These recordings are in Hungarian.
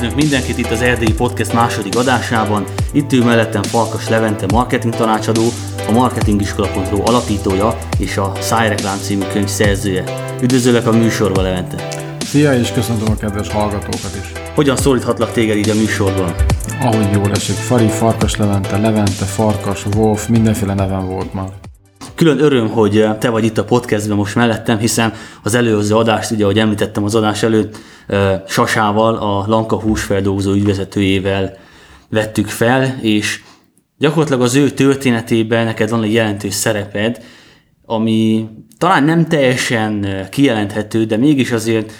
Üdvözlünk mindenkit itt az Erdélyi Podcast második adásában. Itt ül mellettem Farkas Levente marketing tanácsadó, a marketingiskola.hu alapítója és a Szájreklám című könyv szerzője. Üdvözöllek a műsorba, Levente! Szia, és köszöntöm a kedves hallgatókat is! Hogyan szólíthatlak téged így a műsorban? Ahogy jól esik, Fari, Farkas Levente, Levente, Farkas, Wolf, mindenféle nevem volt már. Külön öröm, hogy te vagy itt a podcastben most mellettem, hiszen az előző adást, ugye, ahogy említettem az adás előtt, Sasával, a Lanka húsfeldolgozó ügyvezetőjével vettük fel, és gyakorlatilag az ő történetében neked van egy jelentős szereped, ami talán nem teljesen kijelenthető, de mégis azért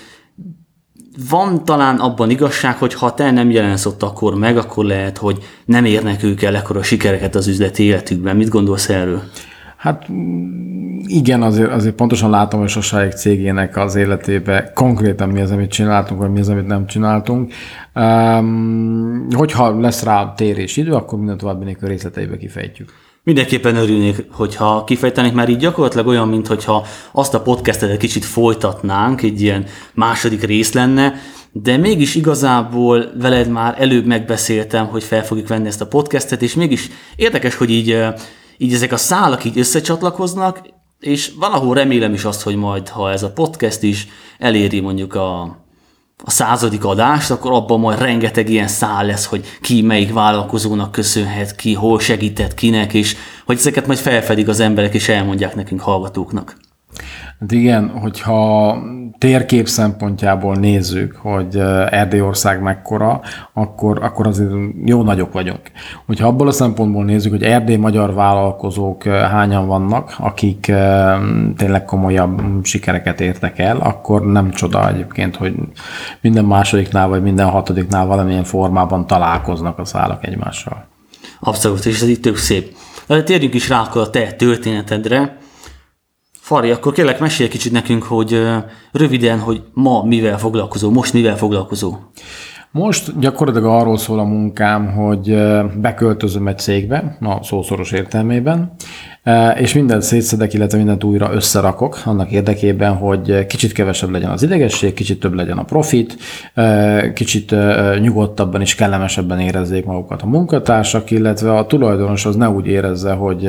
van talán abban igazság, hogy ha te nem jelensz ott akkor meg, akkor lehet, hogy nem érnek ők el ekkora sikereket az üzleti életükben. Mit gondolsz erről? Hát igen, azért pontosan látom, hogy Sasáék cégének az életében konkrétan mi az, amit csináltunk, vagy mi az, amit nem csináltunk. Hogyha lesz rá térés idő, akkor minden további nélkül részleteibe kifejtjük. Mindenképpen örülnék, hogyha kifejtenék, már így gyakorlatilag olyan, mintha azt a podcastet egy kicsit folytatnánk, egy ilyen második rész lenne, de mégis igazából veled már előbb megbeszéltem, hogy fel fogjuk venni ezt a podcastet, és mégis érdekes, hogy így ezek a szálak így összecsatlakoznak, és valahol remélem is azt, hogy majd, ha ez a podcast is eléri mondjuk a 100. adást, akkor abban majd rengeteg ilyen szál lesz, hogy ki melyik vállalkozónak köszönhet, ki hol segített kinek, és hogy ezeket majd felfedik az emberek, és elmondják nekünk hallgatóknak. Hát igen, hogyha térkép szempontjából nézzük, hogy Erdélyország mekkora, akkor azért jó nagyok vagyunk. Hogyha abból a szempontból nézzük, hogy erdély magyar vállalkozók hányan vannak, akik tényleg komolyabb sikereket értek el, akkor nem csoda egyébként, hogy minden másodiknál vagy minden hatodiknál valamilyen formában találkoznak a szálak egymással. Abszolút, és ez itt tök szép. De térjünk is rá akkor a te történetedre. Fari, akkor kérlek, mesélj kicsit nekünk, hogy röviden, hogy ma mivel foglalkozol, most mivel foglalkozol? Most gyakorlatilag arról szól a munkám, hogy beköltözöm egy cégbe, a szószoros értelmében, és mindent szétszedek, illetve mindent újra összerakok annak érdekében, hogy kicsit kevesebb legyen az idegesség, kicsit több legyen a profit, kicsit nyugodtabban és kellemesebben érezzék magukat a munkatársak, illetve a tulajdonos az ne úgy érezze, hogy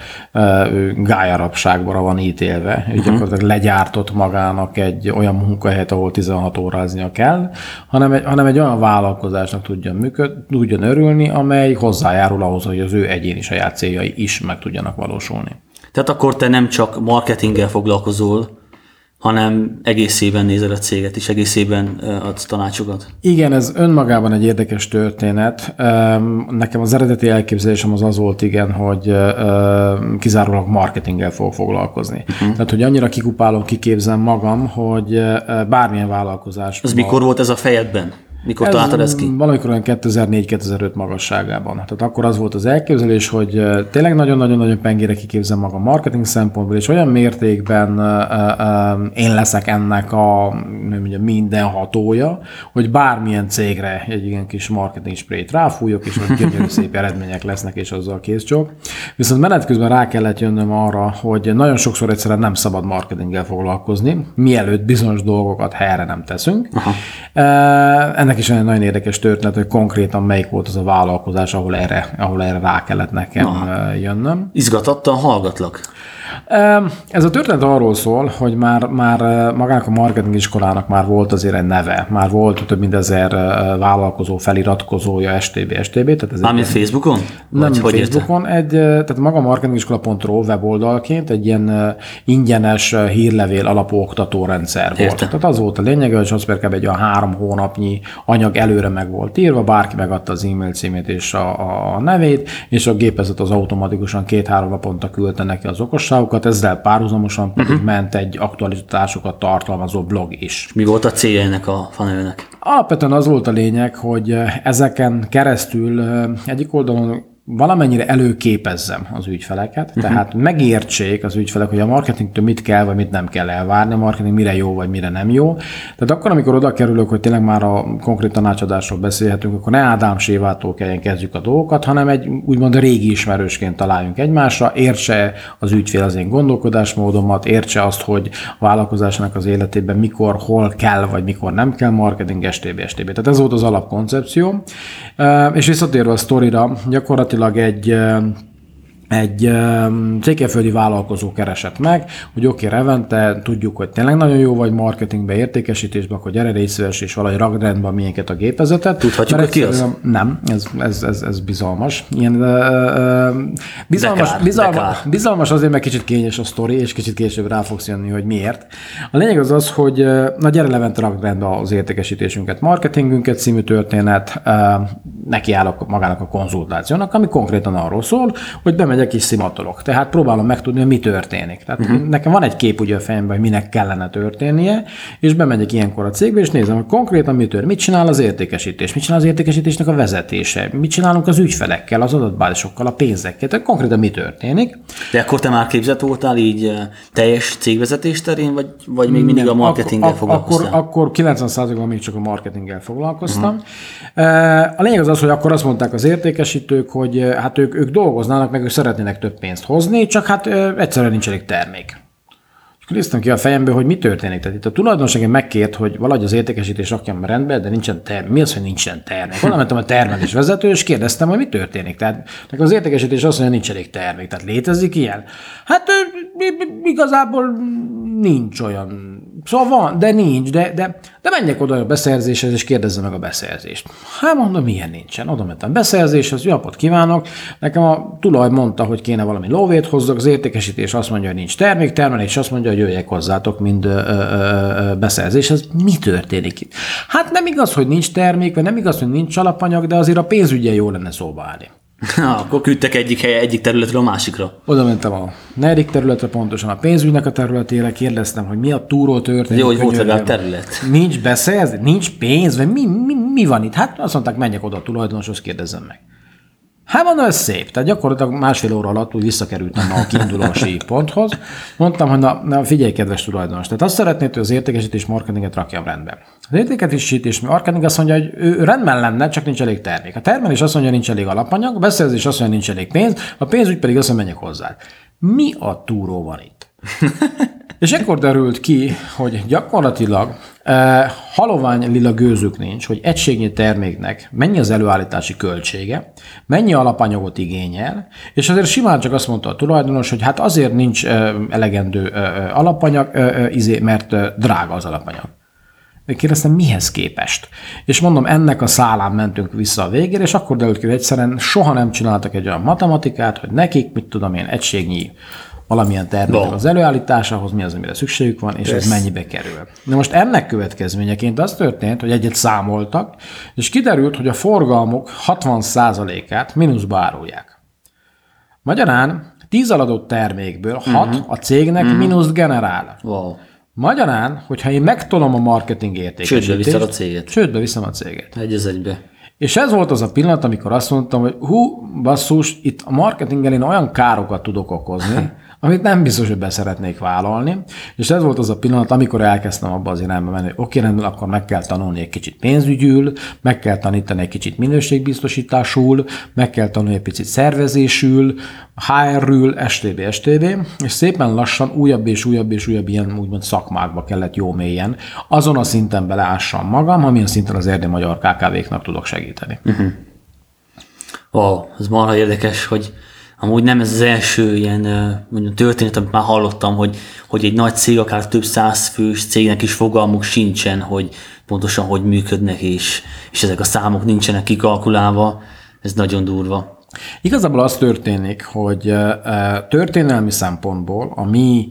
ő gályarapságra van ítélve, és gyakorlatilag legyártott magának egy olyan munkahelyet, ahol 16 óráznia kell, hanem egy olyan vállalkozásnak tudjon örülni, amely hozzájárul ahhoz, hogy az ő egyéni saját céljai is meg tudjanak valósulni. Tehát akkor te nem csak marketinggel foglalkozol, hanem egészében nézed a céget is, egészében adsz tanácsokat. Igen, ez önmagában egy érdekes történet. Nekem az eredeti elképzelésem az volt, igen, hogy kizárólag marketinggel fogok foglalkozni. Tehát, hogy annyira kikupálom, kiképzem magam, hogy bármilyen vállalkozás. Ez mikor volt ez a fejedben? Mikor találtad ezt ki? Valamikor olyan 2004-2005 magasságában. Tehát akkor az volt az elképzelés, hogy tényleg nagyon-nagyon pengére kiképzem magam marketing szempontból, és olyan mértékben én leszek ennek a mindenhatója, hogy bármilyen cégre egy ilyen kis marketing sprayt ráfújok, és hogy gyönyörű szép eredmények lesznek, és azzal kész csók. Viszont menet közben rá kellett jönnöm arra, hogy nagyon sokszor egyszerűen nem szabad marketinggel foglalkozni, mielőtt bizonyos dolgokat helyre nem teszünk. Ennek is egy nagyon érdekes történet, hogy konkrétan melyik volt az a vállalkozás, ahol erre rá kellett nekem jönnöm. Izgatottan hallgatlak. Ez a történet arról szól, hogy már magának a marketing iskolának már volt azért egy neve, már volt több mint 1000 vállalkozó feliratkozója, stb. Mármint Facebookon? Nem Facebookon, tehát maga a marketingiskola.ru weboldalként egy ilyen ingyenes hírlevél alapú oktatórendszer volt. Tehát az volt a lényege, hogy az kb. Egy 3 hónapnyi anyag előre meg volt írva, bárki megadta az e-mail címét és a nevét, és a gépezet az automatikusan 2-3 naponta küldte neki az okosságokat, ezzel párhuzamosan pedig ment egy aktualitásokat tartalmazó blog is. Mi volt a célja ennek a funnelnek? Alapvetően az volt a lényeg, hogy ezeken keresztül egyik oldalon valamennyire előképezzem az ügyfeleket, tehát megértsék az ügyfelek, hogy a marketingtől mit kell, vagy mit nem kell elvárni, a marketing mire jó, vagy mire nem jó. Tehát akkor, amikor oda kerülök, hogy tényleg már a konkrét tanácsadásról beszélhetünk, akkor ne Ádám Sévától kelljen kezdjük a dolgokat, hanem egy úgymond régi ismerősként találjunk egymásra, értse az ügyfél az én gondolkodásmódomat, értse azt, hogy a vállalkozásnak az életében mikor, hol kell, vagy mikor nem kell marketing, stb. Tehát ez volt az alapkoncepció. És visszatérve a sztorira, gyakorlatilag egy székelyföldi vállalkozó keresett meg, hogy oké, Revente, tudjuk, hogy tényleg nagyon jó vagy marketingbe, értékesítésben, akkor gyere légy szíves, és valahogy rakd rendbe miénket a gépezetet. Tudhatjuk, hogy ki az? Nem, ez bizalmas. Ilyen, bizalmas azért, mert kicsit kényes a sztori, és kicsit később rá fogsz jönni, hogy miért. A lényeg az, hogy na gyere Levente, rakd rendbe az értékesítésünket, marketingünket című történet, nekiállok magának a konzultációnak, ami konkrétan arról szól, hogy bemegyek és szimatolok. Tehát próbálom megtudni, hogy mi történik. Tehát nekem van egy kép ugye a fejemben, hogy minek kellene történnie, és bemegyek ilyenkor a cégbe, és nézem, hogy konkrétan mit csinál az értékesítés, mit csinál az értékesítésnek a vezetése, mit csinálunk az ügyfelekkel, az adatbázisokkal, a pénzekkel, tehát konkrétan mi történik. De akkor te már képzett voltál így teljes cégvezetés terén, vagy még mindig a marketinggel foglalkoztál? Akkor 90%-ban még csak a marketinggel foglalkoztam. A lényeg az, hogy akkor azt mondták az értékesítők, hogy hát ők dolgoznának, meg ők szeretnének több pénzt hozni, csak hát egyszerűen nincs elég termék. És akkor néztem ki a fejemből, hogy mi történik. Tehát itt a tulajdonos engem megkért, hogy valahogy az értékesítés rakjam rendbe, de nincsen termék. Mi az, hogy nincsen termék? Oda mentem a termelés vezető, és kérdeztem, hogy mi történik. Tehát nekem az értékesítés azt mondja, hogy nincs elég termék. Tehát létezik ilyen? Hát igazából nincs olyan. Szóval van, de nincs, de menjek oda a beszerzéshez, és kérdezzem meg a beszerzést. Hát mondom, milyen nincsen. Oda mentem beszerzéshez, jó napot kívánok. Nekem a tulaj mondta, hogy kéne valami lóvét hozzak, az értékesítés azt mondja, hogy nincs termék, termelés azt mondja, hogy jöjjek hozzátok, mind beszerzéshez. Mi történik itt? Hát nem igaz, hogy nincs termék, vagy nem igaz, hogy nincs alapanyag, de azért a pénzügyen jó lenne szóba állni. Akkor küldtek egyik területről a másikra. Oda mentem a negyedik területre, pontosan a pénzügynek a területére, kérdeztem, hogy mi a túról történik. Jó, hogy volt legalább terület. Nincs beszerzés, nincs pénz, vagy mi van itt? Hát azt mondták, menjek oda a tulajdonoshoz, kérdezzem meg. Hát mondom, ez szép. Tehát gyakorlatilag másfél óra alatt úgy visszakerültem a kiindulási ponthoz. Mondtam, hogy na figyelj, kedves tulajdonos, tehát azt szeretnéd, hogy az értékesítés marketinget rakjam rendbe. Az értékesítés marketing azt mondja, hogy ő rendben lenne, csak nincs elég termék. A termelés azt mondja, nincs elég alapanyag, a beszerzés azt mondja, nincs elég pénz, a pénzügy pedig azt mondja, menjek hozzá. Mi a túró van itt? És ekkor derült ki, hogy gyakorlatilag halovány lila gőzük nincs, hogy egységnyi terméknek mennyi az előállítási költsége, mennyi alapanyagot igényel, és azért simán csak azt mondta a tulajdonos, hogy hát azért nincs elegendő alapanyag, mert drága az alapanyag. Kérdeztem, mihez képest? És mondom, ennek a szálán mentünk vissza a végére, és akkor derült ki, hogy egyszerűen soha nem csináltak egy olyan matematikát, hogy nekik, mit tudom én, egységnyi valamilyen termék az előállításához, mi az, amire szükségük van, és ez mennyibe kerül. Na most ennek következményeként az történt, hogy egyet számoltak, és kiderült, hogy a forgalmuk 60%-át mínuszba árulják. Magyarán 10 eladott termékből 6 a cégnek mínuszt generál. Wow. Magyarán, hogyha én megtolom a marketing értékesítést... Csődbe viszem a céget. Egy az egybe. És ez volt az a pillanat, amikor azt mondtam, hogy basszus, itt a marketinggel én olyan károkat tudok okozni, amit nem biztos, hogy be szeretnék vállalni. És ez volt az a pillanat, amikor elkezdtem abba az irányba menni, hogy oké, rendben, akkor meg kell tanulni egy kicsit pénzügyül, meg kell tanítani egy kicsit minőségbiztosításul, meg kell tanulni egy picit szervezésül, HR-ről, stb. És szépen lassan újabb és újabb ilyen úgymond szakmákba kellett jó mélyen. Azon a szinten beleássam magam, amilyen szinten az erdély magyar KKV-knak tudok segíteni. Wow, ez marha érdekes, hogy amúgy nem ez az első ilyen mondjuk történet, amit már hallottam, hogy egy nagy cég, akár több 100 fős cégnek is fogalmuk sincsen, hogy pontosan hogy működnek, és ezek a számok nincsenek kikalkulálva. Ez nagyon durva. Igazából az történik, hogy történelmi szempontból a mi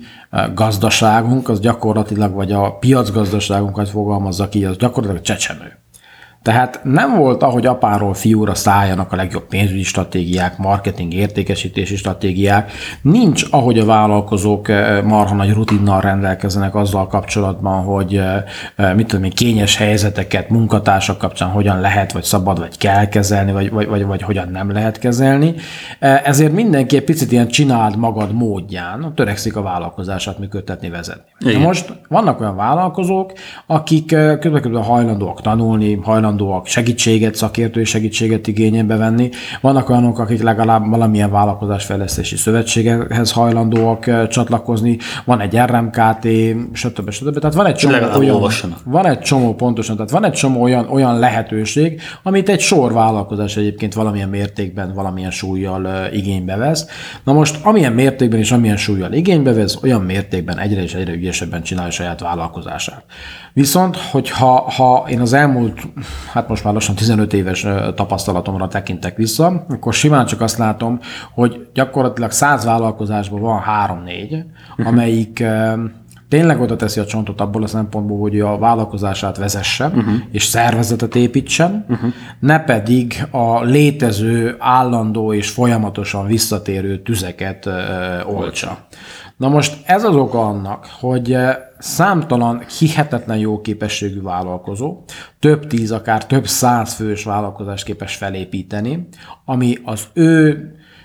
gazdaságunk, az gyakorlatilag, vagy a piacgazdaságunkat fogalmazza ki, az gyakorlatilag csecsemő. Tehát nem volt, ahogy apáról fiúra szálljanak a legjobb pénzügyi stratégiák, marketing, értékesítési stratégiák. Nincs, ahogy a vállalkozók marha nagy rutinnal rendelkeznek azzal kapcsolatban, hogy mit tudom én, kényes helyzeteket munkatársak kapcsán hogyan lehet, vagy szabad, vagy kell kezelni, vagy hogyan nem lehet kezelni. Ezért mindenki egy picit ilyen csináld magad módján törekszik a vállalkozását működtetni, vezetni. Na most vannak olyan vállalkozók, akik közben hajlandóak tanulni, hajlandóak segítséget, szakértői segítséget igénybe venni. Vannak olyanok, akik legalább valamilyen vállalkozásfejlesztési szövetséghez hajlandóak csatlakozni. Van egy RMKT, stb. Tehát van egy csomó pontosan, tehát van egy csomó olyan lehetőség, amit egy sor vállalkozás egyébként valamilyen mértékben, valamilyen súllyal igénybe vesz. Na most amilyen mértékben és amilyen súllyal igénybe vesz, olyan mértékben egyre és egyre ügyesebben csinálja saját vállalkozását. Viszont, hogyha én az elmúlt, hát most már lassan 15 éves tapasztalatomra tekintek vissza, akkor simán csak azt látom, hogy gyakorlatilag 100 vállalkozásban van 3-4, amelyik tényleg oda teszi a csontot abból a szempontból, hogy a vállalkozását vezesse, és szervezetet építsen, ne pedig a létező, állandó és folyamatosan visszatérő tüzeket oltsa. Na most ez az oka annak, hogy számtalan, hihetetlen jó képességű vállalkozó, több 10, akár több 100 fős vállalkozást képes felépíteni, ami az ő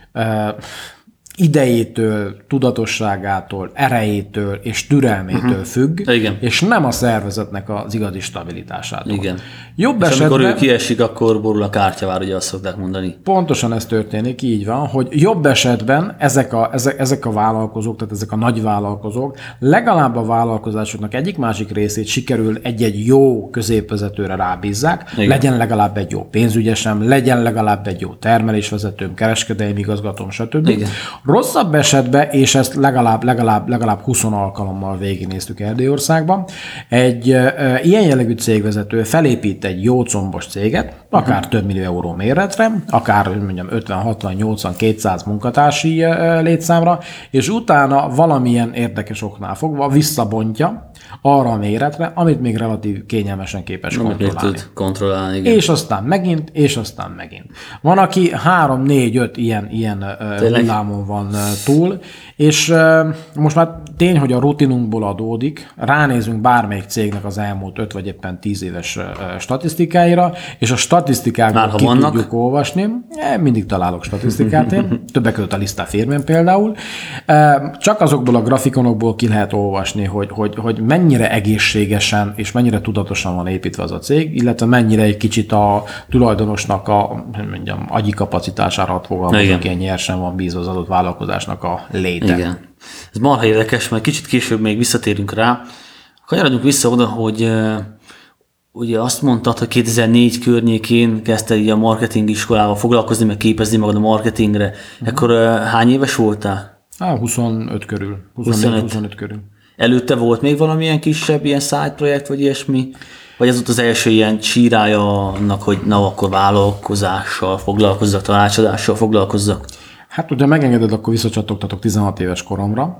idejétől, tudatosságától, erejétől és türelmétől függ, igen. És nem a szervezetnek az igazi stabilitásától. Igen. Jobb és esetben, amikor ő kiesik, akkor borul a kártyavár, ugye azt szokták mondani. Pontosan ez történik, így van, hogy jobb esetben ezek a vállalkozók, tehát ezek a nagy vállalkozók legalább a vállalkozásoknak egyik-másik részét sikerül egy-egy jó középvezetőre rábízzák, igen. Legyen legalább egy jó pénzügyesem, legyen legalább egy jó termelésvezetőm, kereskedelmi igazgatóm, stb. Igen. Rosszabb esetben, és ezt legalább 20 alkalommal végignéztük Erdélyországban, egy ilyen jellegű cégvezető felépít egy jó combos céget, akár több millió euró méretre, akár mondjam 50, 60, 80, 200 munkatársi létszámra, és utána valamilyen érdekes oknál fogva visszabontja arra a méretre, amit még relatív kényelmesen képes kontrollálni. Igen. És aztán megint. Van, aki 3-4-5 ilyen hullámon van túl, és most már tény, hogy a rutinunkból adódik, ránézünk bármelyik cégnek az elmúlt 5 vagy éppen 10 éves statisztikáira, és a statisztikákból ki tudjuk olvasni. Mindig találok statisztikát én, többek között a Lista firmén például. Csak azokból a grafikonokból ki lehet olvasni, hogy mennyire egészségesen és mennyire tudatosan van építve az a cég, illetve mennyire egy kicsit a tulajdonosnak a agyi kapacitására fogalmazok, ilyen nyersen van bízva az adott vállalkozásnak a léte. Igen. Ez marha érdekes, mert kicsit később még visszatérünk rá. Kanyarodjunk vissza oda, hogy ugye azt mondtad, hogy 2004 környékén kezdted így a marketing iskolával foglalkozni, meg képezni magad a marketingre. Ekkor hány éves voltál? 25 körül. 25 körül. Előtte volt még valamilyen kisebb ilyen side projekt, vagy ilyesmi? Vagy ez volt az első ilyen csírája annak, hogy na, akkor vállalkozással foglalkozzak, tanácsadással foglalkozzak? Hát ugye megengeded, akkor visszacsatogtatok 16 éves koromra.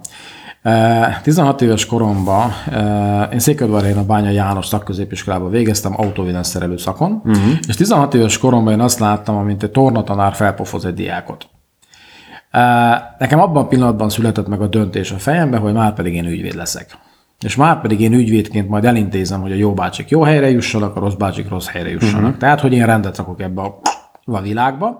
16 éves koromban én Székelyudvarhelyen a Bánya János szakközépiskolában végeztem autóvillanyszerelő szakon, és 16 éves koromban én azt láttam, amint egy tornatanár felpofoz egy diákot. Nekem abban a pillanatban született meg a döntés a fejembe, hogy már pedig én ügyvéd leszek. És már pedig én ügyvédként majd elintézem, hogy a jó bácsik jó helyre jussanak, a rossz bácsik rossz helyre jussanak. Tehát, hogy én rendet rakok ebbe a világba.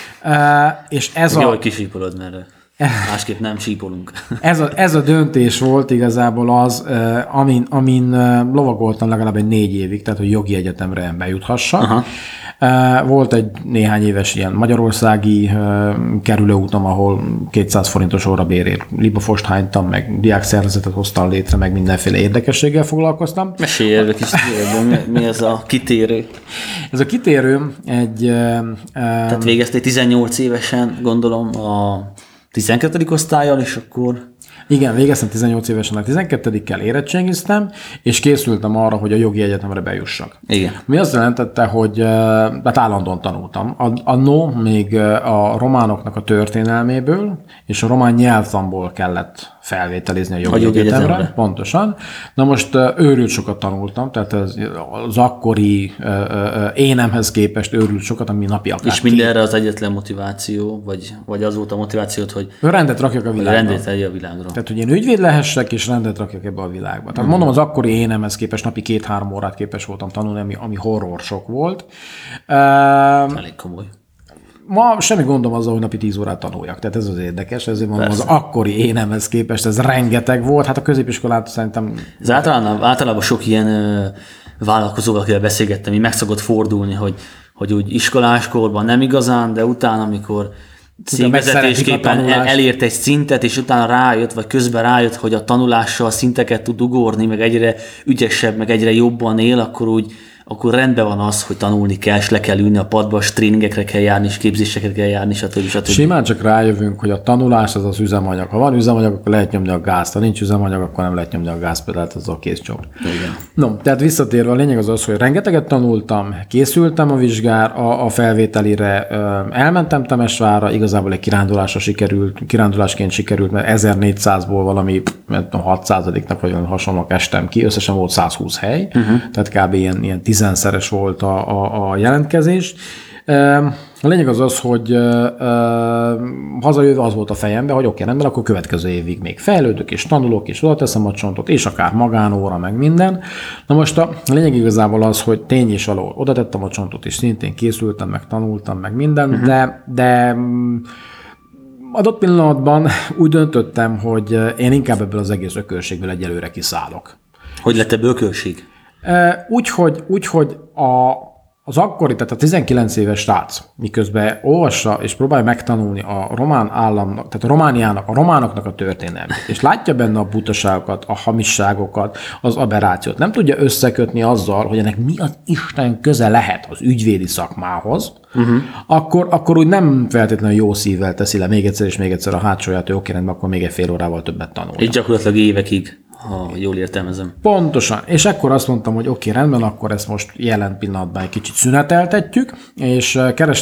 És ez jó, hogy kisípolod, mert másképp nem sípolunk. Ez a döntés volt igazából az, amin lovagoltam legalább egy 4 évig, tehát hogy jogi egyetemre bejuthassak. Aha. Volt egy néhány éves ilyen magyarországi kerülőútam, ahol 200 forintos órabérért libafost hánytam, meg diákszervezetet hoztam létre, meg mindenféle érdekességgel foglalkoztam. Mesélj erről kicsit, mi ez a kitérő? Ez a kitérő egy... Tehát végeztél 18 évesen, gondolom, a 12. osztállyal, és akkor... Igen, végeztem 18 évesen, a 12-kel érettségiztem, és készültem arra, hogy a jogi egyetemre bejussak. Igen. Mi azt jelentette, hogy hát állandóan tanultam. Annó még a románoknak a történelméből és a román nyelvtanból kellett felvételizni a jogi egyetemre. Pontosan. Na most őrült sokat tanultam, tehát az akkori énemhez képest őrült sokat, ami napi akár. És mindenre az egyetlen motiváció, vagy az volt a motivációt, hogy rendet rakjak a világra. Rendet a világra. Tehát, hogy én ügyvéd lehessek, és rendet rakjak ebbe a világba. Tehát mondom, az akkori énemhez képest napi 2-3 órát képes voltam tanulni, ami horror sok volt. Elég komoly. Ma semmi gondom azzal, hogy napi 10 órát tanuljak. Tehát ez az érdekes, ezért mondom, az akkori énemhez képest ez rengeteg volt. Hát a középiskolát szerintem... Ez általában sok ilyen vállalkozóval, akivel beszélgettem, így meg szokott fordulni, hogy úgy iskoláskorban nem igazán, de utána, amikor cégvezetésképpen elért egy szintet, és utána rájött, vagy közben rájött, hogy a tanulással szinteket tud ugorni, meg egyre ügyesebb, meg egyre jobban él, akkor rendben van az, hogy tanulni kell, és le kell ülni a padba, és tréningekre kell járni, és képzéseket kell járni, stb. Simán csak rájövünk, hogy a tanulás az üzemanyag. Ha van üzemanyag, akkor lehet nyomni a gázt. Ha nincs üzemanyag, akkor nem lehet nyomni a gázpedált, az a kész csomag. No, tehát visszatérve, a lényeg az, hogy rengeteget tanultam, készültem a vizsgára, a felvételire, elmentem Temesvárra, igazából egy kirándulásként sikerült, mert 1400-ból valami 6%-nak vagy hasonlók estem ki, összesen volt 120 hely, tehát kb. ilyen 10-szeres volt a jelentkezés. A lényeg az, hogy hazajöve az volt a fejemben, hogy oké, rendben, akkor következő évig még fejlődök, és tanulok, és oda teszem a csontot, és akár magánóra, meg minden. Na most a lényeg igazából az, hogy tény és való, oda tettem a csontot, és szintén készültem, meg tanultam, meg minden, de adott pillanatban úgy döntöttem, hogy én inkább ebből az egész ökölségből egyelőre kiszállok. Hogy lett ebből ökölség? Úgy, hogy az akkori, tehát a 19 éves srác, miközben olvassa és próbálja megtanulni a román államnak, tehát a Romániának, a románoknak a történelmét, és látja benne a butaságokat, a hamisságokat, az aberrációt, nem tudja összekötni azzal, hogy ennek mi az Isten köze lehet az ügyvédi szakmához, akkor úgy nem feltétlenül jó szívvel teszi le még egyszer a hátsóját, hogy oké, rendben, akkor még egy fél órával többet tanulja. Így gyakorlatilag évekig, ha jól értelmezem. Pontosan. És akkor azt mondtam, hogy oké, rendben, akkor ezt most jelen pillanatban egy kicsit szüneteltetjük, és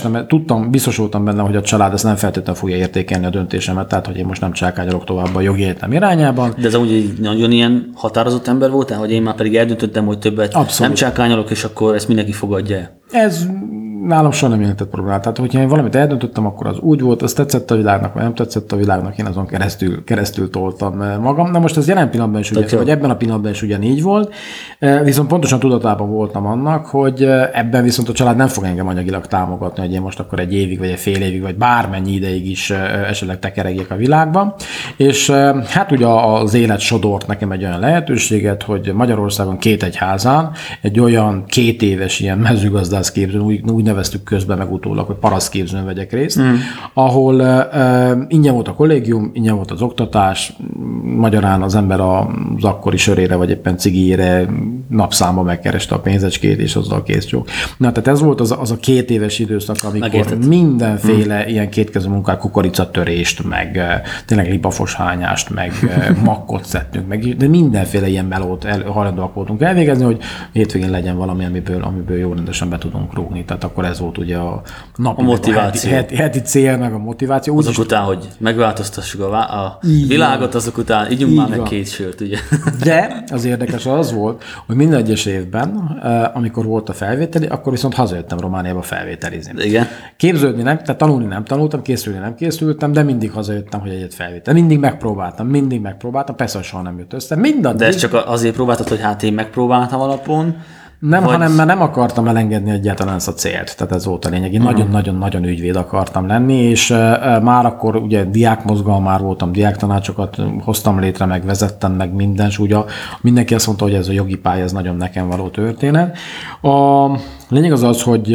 biztos voltam benne, hogy a család ezt nem feltétlenül fogja értékelni a döntésemet, tehát hogy én most nem csákányolok tovább a jogi egyetem irányában. De ez amúgy egy nagyon ilyen határozott ember voltál, hogy én már pedig eldöntöttem, hogy többet abszolút nem csákányolok, és akkor ezt mindenki fogadja. Ez nálam soha nem jelentett problémát. Tehát, hogyha én valamit eldöntöttem, akkor az úgy volt, az tetszett a világnak, vagy nem tetszett a világnak, én azon keresztül toltam magam. Na most ez jelen pillanatban is vagy ebben a pillanatban is ugyanígy volt, viszont pontosan tudatában voltam annak, hogy ebben viszont a család nem fog engem anyagilag támogatni, hogy én most akkor egy évig, vagy egy fél évig, vagy bármennyi ideig is esetleg tekeregjek a világban. És hát ugye az élet sodort nekem egy olyan lehetőséget, hogy Magyarországon 2 egyházán egy olyan 2 éves ilyen mezőgazdász képzőn, úgy neveztük közben meg utólag, hogy parasztképzőn vegyek részt, ahol ingyen volt a kollégium, ingyen volt az oktatás, magyarán az ember az akkori sörére, vagy éppen cigijére napszámba megkereste a pénzecskét, és azzal kész csók. Na, tehát ez volt az a 2 éves időszak, amikor mindenféle ilyen kétkezű munkák, kukoricatörést, meg tényleg libafoshányást, meg makkot szedtünk, meg, de mindenféle ilyen melót hajlandóak voltunk elvégezni, hogy hétvégén legyen valami, amiből jó rendesen be tudunk rúgni. Tehát akkor ez volt ugye a napi, motiváció. Heti cél, meg a motiváció. Azok után, hogy megváltoztassuk a világot, azok után ígyunk már meg 2 sört, ugye? De az érdekes az volt, hogy minden egyes évben, amikor volt a felvételi, akkor viszont hazajöttem Romániába felvételizni. Igen. Képződni nem, tehát tanulni nem tanultam, készülni nem készültem, de mindig hazajöttem, hogy egyet felvétel. Mindig megpróbáltam, persze soha nem jött össze. Mindaddig. De ezt csak azért próbáltad, hogy hát én megpróbáltam alapon? Nem, hanem mert nem akartam elengedni egyáltalán ezt a célt. Tehát ez volt a lényeg. Én nagyon-nagyon-nagyon ügyvéd akartam lenni, és már akkor ugye diákmozgalmár voltam, diáktanácsokat hoztam létre, meg vezettem, meg minden, és ugye mindenki azt mondta, hogy ez a jogi pálya, ez nagyon nekem való történet. A lényeg az, hogy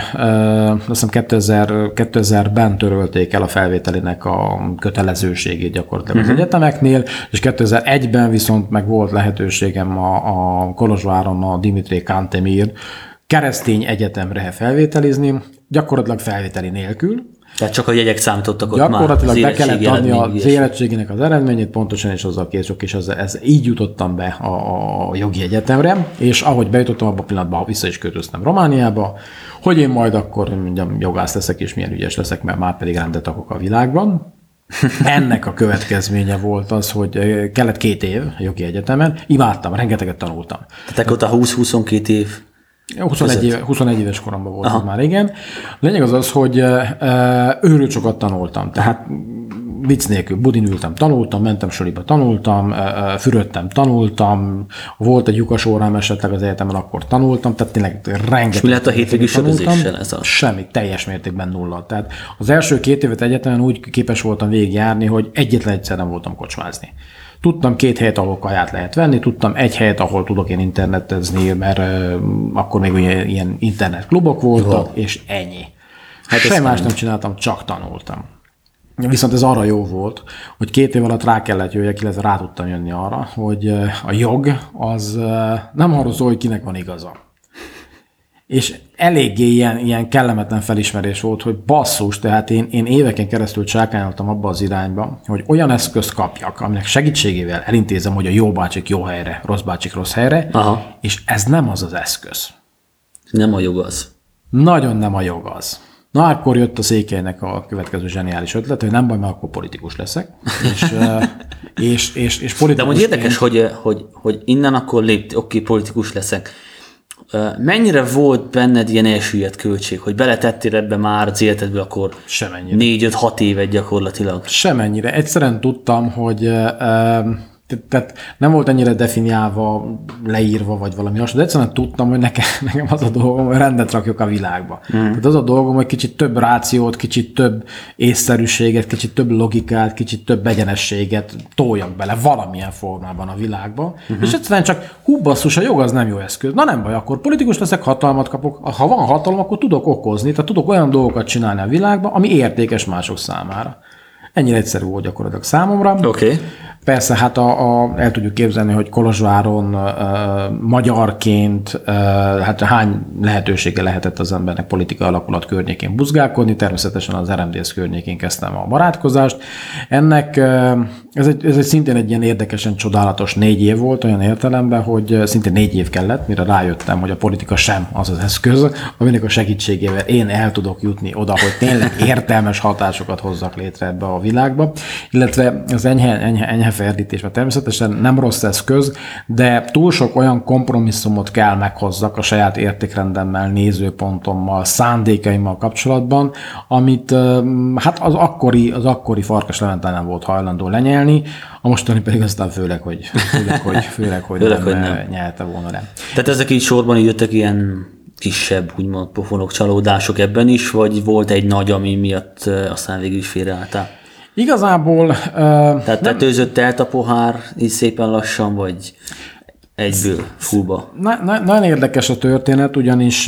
azt hiszem 2000-ben törölték el a felvételinek a kötelezőségét gyakorlatilag az egyetemeknél, és 2001-ben viszont meg volt lehetőségem a Kolozsváron a Dimitri Cantemir keresztény egyetemre felvételizni, gyakorlatilag felvételi nélkül, Tehát csak a jegyek számítottak ott már. Gyakorlatilag be kellett adni az érettségének az eredményét, pontosan és azzal készülök, és így jutottam be a jogi egyetemre, és ahogy bejutottam, abban a pillanatban vissza is költöztem Romániába, hogy én majd akkor mondjam, jogász leszek, és milyen ügyes leszek, mert már pedig rendet akok a világban. Ennek a következménye volt az, hogy kellett 2 év a jogi egyetemen, imádtam, rengeteget tanultam. Tehát ott a 20-22 év? 21 éves koromban voltam már, igen. A lényeg az, hogy őrült sokat tanultam. Tehát vicc nélkül budin ültem, tanultam, mentem suliba, tanultam, fürödtem, tanultam, volt egy lyukas órám esetleg az egyetemen, akkor tanultam, tehát tényleg rengeteg. És mi lett a hétvégi sebezéssel ez a? Semmi, teljes mértékben nulla. Tehát az első 2 évet egyetemen úgy képes voltam végigjárni, hogy egyetlen egyszer nem voltam kocsmázni. Tudtam 2 helyet, ahol kaját lehet venni, tudtam 1 helyet, ahol tudok én internetezni, mert akkor még ilyen internetklubok voltak, és ennyi. Hát semmi más nem csináltam, csak tanultam. Viszont ez arra jó volt, hogy 2 év alatt rá kellett jöjjek, illetve rá tudtam jönni arra, hogy a jog az nem arról szól, hogy kinek van igaza. És eléggé ilyen kellemetlen felismerés volt, hogy basszus, tehát én éveken keresztül csákányoltam abba az irányba, hogy olyan eszközt kapjak, aminek segítségével elintézem, hogy a jó bácsik jó helyre, rossz bácsik rossz helyre, és ez nem az az eszköz. Nem a jog az. Nagyon nem a jog az. Na, akkor jött a Székelynek a következő zseniális ötlet, hogy nem baj, mert akkor politikus leszek. És politikus. De amúgy érdekes, hogy innen akkor oké, politikus leszek. Mennyire volt benned ilyen elsüllyedt költség, hogy beletettél ebbe már az életedből akkor 4-5-6 évet gyakorlatilag? Semennyire. Egyszerűen tudtam, hogy tehát nem volt ennyire definiálva, leírva, vagy valami hasonló, de egyszerűen tudtam, hogy nekem az a dolgom, hogy rendet rakjuk a világba. Tehát az a dolgom, hogy kicsit több rációt, kicsit több észszerűséget, kicsit több logikát, kicsit több egyenességet toljak bele valamilyen formában a világba, és egyszerűen csak basszus, a jog az nem jó eszköz. Na nem baj, akkor politikus leszek, hatalmat kapok. Ha van hatalom, akkor tudok okozni, tehát tudok olyan dolgokat csinálni a világban, ami értékes mások számára. Ennyire egyszerű volt gyakorlatilag számomra. Okay. Persze, hát el tudjuk képzelni, hogy Kolozsváron magyarként hát hány lehetősége lehetett az embernek politikai alakulat környékén buzgálkodni. Természetesen az RMDSZ környékén kezdtem a barátkozást. Ennek ez egy szintén egy ilyen érdekesen csodálatos 4 év volt olyan értelemben, hogy szintén 4 év kellett, mire rájöttem, hogy a politika sem az az eszköz, aminek a segítségével én el tudok jutni oda, hogy tényleg értelmes hatásokat hozzak létre ebbe a világba. Illetve az enyhe ferdítés, mert természetesen nem rossz eszköz, de túl sok olyan kompromisszumot kell meghozzak a saját értékrendemmel, nézőpontommal, szándékaimmal kapcsolatban, amit hát az akkori Farkas Levente nem volt hajlandó lenyelni, a mostani pedig aztán főleg, hogy nem nyelte volna le. Tehát ezek így sorban így jöttek ilyen kisebb, úgymond pofonok, csalódások ebben is, vagy volt egy nagy, ami miatt aztán végül is félreálltál? Igazából... Tehát tetőzött el a pohár így szépen lassan, vagy egyből fullba? Nagyon érdekes a történet, ugyanis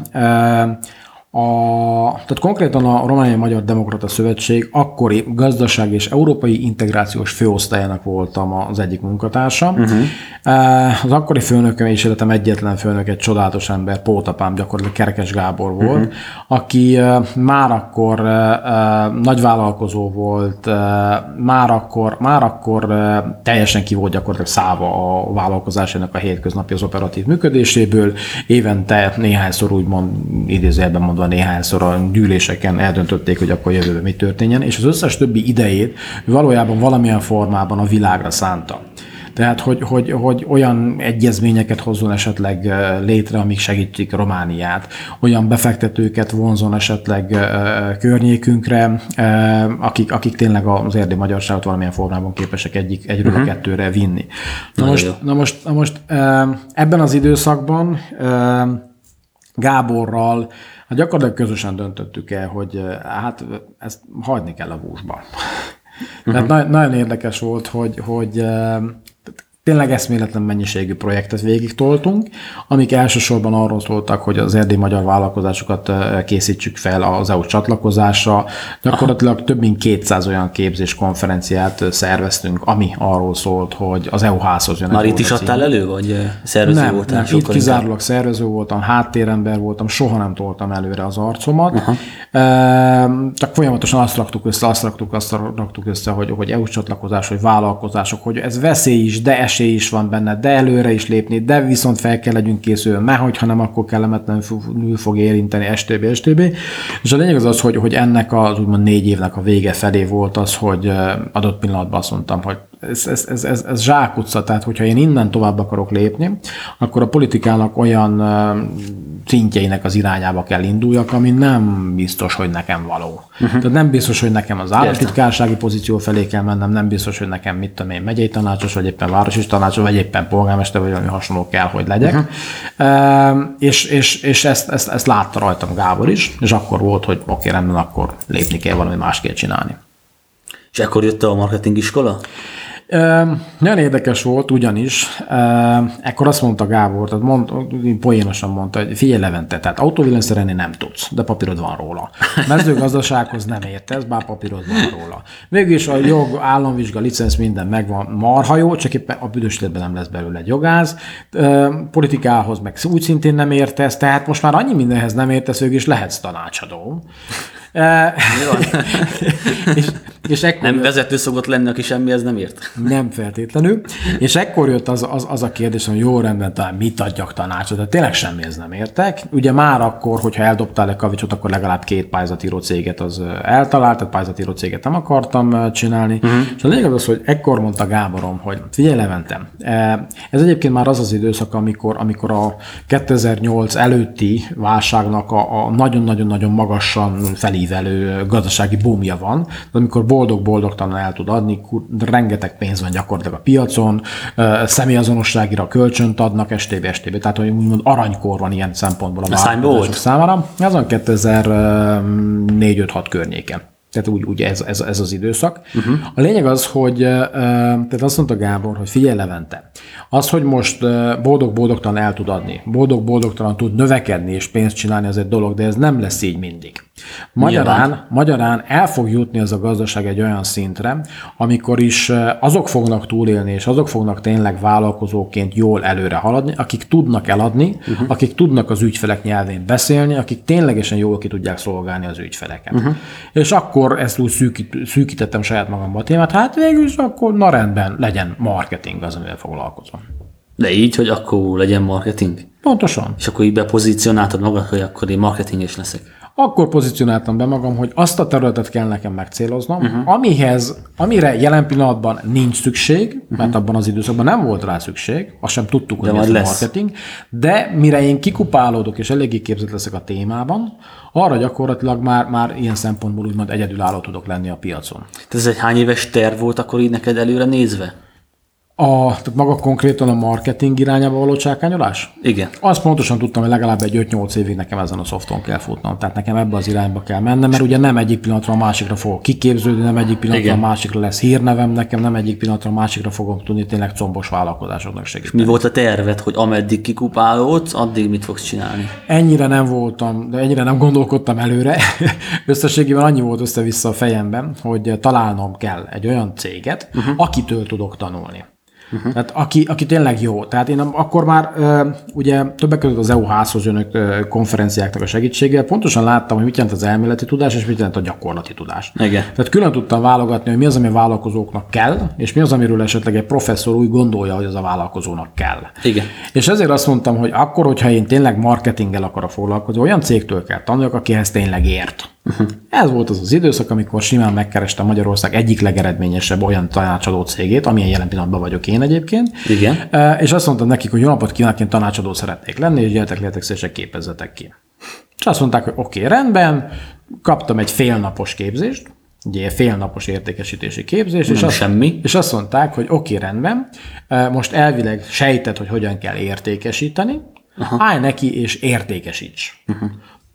tehát konkrétan a Romániai Magyar Demokrata Szövetség akkori gazdaság és európai integrációs főosztályának voltam az egyik munkatársa. Az akkori főnököm és életem egyetlen főnök, egy csodálatos ember, pótapám, gyakorlatilag Kerkes Gábor volt, aki már akkor nagyvállalkozó volt, már akkor teljesen ki volt gyakorlatilag szállva a vállalkozásának a hétköznapi az operatív működéséből. Évente néhányszor úgymond idézőjelben mondva néhányszor a gyűléseken eldöntötték, hogy akkor jövőben mi történjen, és az összes többi idejét valójában valamilyen formában a világra szánta. Tehát, hogy olyan egyezményeket hozzon esetleg létre, amik segítik Romániát, olyan befektetőket vonzon esetleg környékünkre, akik tényleg az erdélyi magyarságot valamilyen formában képesek egyről a kettőre vinni. Na most ebben az időszakban Gáborral gyakorlatilag közösen döntöttük el, hogy hát ezt hagyni kell a vúsba. Tehát nagyon érdekes volt, hogy tényleg eszméletlen mennyiségű projektet végig toltunk, amik elsősorban arról szóltak, hogy az erdélyi magyar vállalkozásokat készítsük fel az EU csatlakozásra. Gyakorlatilag több mint 200 olyan konferenciát szerveztünk, ami arról szólt, hogy az EU házhoz jön. Már itt is adtál elő, vagy szervező voltál? Nem, itt kizárólag szervező voltam, háttérember voltam, soha nem toltam előre az arcomat. Csak folyamatosan azt raktuk össze, hogy EU csatlakozás, hogy vállalkozások, hogy ez veszély is, de esély is van benne, de előre is lépni, de viszont fel kell legyünk készülni, mert hogyha nem, akkor kellemetlenül fog érinteni, stb. És a lényeg az, hogy ennek az úgymond 4 évnek a vége felé volt az, hogy adott pillanatban azt mondtam, hogy ez zsákutca, tehát hogyha én innen tovább akarok lépni, akkor a politikának olyan szintjeinek az irányába kell induljak, ami nem biztos, hogy nekem való. Tehát nem biztos, hogy nekem az államtitkársági pozíció felé kell mennem, nem biztos, hogy nekem mit tudom én, megyei tanácsos, vagy éppen városi tanácsos, vagy éppen polgármester, vagy valami hasonló kell, hogy legyek. És ezt látta rajtam Gábor is, és akkor volt, hogy oké, rendben, akkor lépni kell, valami más kell csinálni. És akkor jött a marketing iskola? Nagyon érdekes volt, ugyanis ekkor azt mondta Gábor, tehát poénosan mondta, hogy figyelj Levente, tehát autóvillany szerelni nem tudsz, de papírod van róla. Mezőgazdasághoz nem értesz, bár papírod van róla. Végülis a jog, államvizsga, licenc, minden megvan, marha jó, csak éppen a büdös életben nem lesz belőle egy jogász. Politikához meg úgy szintén nem értesz, tehát most már annyi mindenhez nem értesz, végülis lehetsz tanácsadó. és ekkor nem vezető szokott lenni, aki semmihez nem ért? Nem feltétlenül. És ekkor jött az a kérdés, hogy jó rendben, talán mit adjak tanácsot, de tényleg semmihez nem értek. Ugye már akkor, hogyha eldobtál egy kavicsot, akkor legalább 2 pályázatíró céget az eltalált, tehát pályázatíró céget nem akartam csinálni. És a lényeg az, hogy ekkor mondta Gáborom, hogy figyelj Levente, ez egyébként már az az időszak, amikor a 2008 előtti válságnak a nagyon-nagyon-nagyon magasan felívelő gazdasági boomja van, de amikor boldog-boldogtalan el tud adni, rengeteg pénz van gyakorlatilag a piacon, személyazonosságira kölcsönt adnak, stb. Tehát, hogy úgymond aranykor van ilyen szempontból a vállalkozások számára. Ez van 2004-5-6 környéken. Tehát úgy ez az időszak. A lényeg az, hogy tehát azt mondta Gábor, hogy figyelj Levente, az, hogy most boldog-boldogtalan el tud adni, boldog-boldogtalan tud növekedni és pénzt csinálni, az egy dolog, de ez nem lesz így mindig. Magyarán el fog jutni ez a gazdaság egy olyan szintre, amikor is azok fognak túlélni, és azok fognak tényleg vállalkozóként jól előre haladni, akik tudnak eladni, akik tudnak az ügyfelek nyelvén beszélni, akik ténylegesen jól ki tudják szolgálni az ügyfeleket. És akkor ezt úgy szűkítettem saját magamba a témát, hát végül is akkor na rendben, legyen marketing az, amivel foglalkozom. De így, hogy akkor legyen marketing? Pontosan. És akkor így bepozícionáltad magad, hogy akkor én marketinges leszek? Akkor pozícionáltam be magam, hogy azt a területet kell nekem megcéloznom, amire jelen pillanatban nincs szükség, mert abban az időszakban nem volt rá szükség, azt sem tudtuk, hogy ez a marketing, de mire én kikupálódok és eléggé képzett leszek a témában, arra gyakorlatilag már ilyen szempontból úgymond egyedülálló tudok lenni a piacon. Tehát ez egy hány éves terv volt akkor így neked előre nézve? Tehát maga konkrétan a marketing irányába való csákányolás? Igen. Azt pontosan tudtam, hogy legalább egy 5-8 évig nekem ezen a szofton kell futnom. Tehát nekem ebbe az irányba kell mennem, mert ugye nem egyik pillanatra a másikra fogok kiképződni, nem egyik pillanatra a másikra lesz hírnevem, nekem nem egyik pillanatra a másikra fogok tudni tényleg combos vállalkozásoknak segíteni. Mi volt a terved, hogy ameddig kikupálódsz, addig mit fogsz csinálni? Ennyire nem voltam, de ennyire nem gondolkodtam előre. Összességében annyi volt össze-vissza a fejemben, hogy találnom kell egy olyan céget, akitől tudok tanulni. Tehát aki tényleg jó. Tehát én akkor már ugye többek között az EU házhoz jönök konferenciáknak a segítségével pontosan láttam, hogy mit jelent az elméleti tudás, és mit jelent a gyakorlati tudás. Igen. Tehát külön tudtam válogatni, hogy mi az, ami a vállalkozóknak kell, és mi az, amiről esetleg egy professzor úgy gondolja, hogy az a vállalkozónak kell. Igen. És ezért azt mondtam, hogy akkor, hogyha én tényleg marketinggel akarok foglalkozni, olyan cégtől kell tanuljak, akihez tényleg ért. Ez volt az időszak, amikor simán megkerestem Magyarország egyik legeredményesebb olyan tanácsadó cégét, amilyen jelen pillanatban vagyok én egyébként. Igen. És azt mondtam nekik, hogy jó napot kívánok, én tanácsadó szeretnék lenni, és gyertek szívesen képezzetek ki. És azt mondták, hogy oké, rendben, kaptam egy félnapos képzést, ugye félnapos értékesítési képzés, és azt mondták, hogy oké, rendben, most elvileg sejted, hogy hogyan kell értékesíteni, állj neki és értékesíts.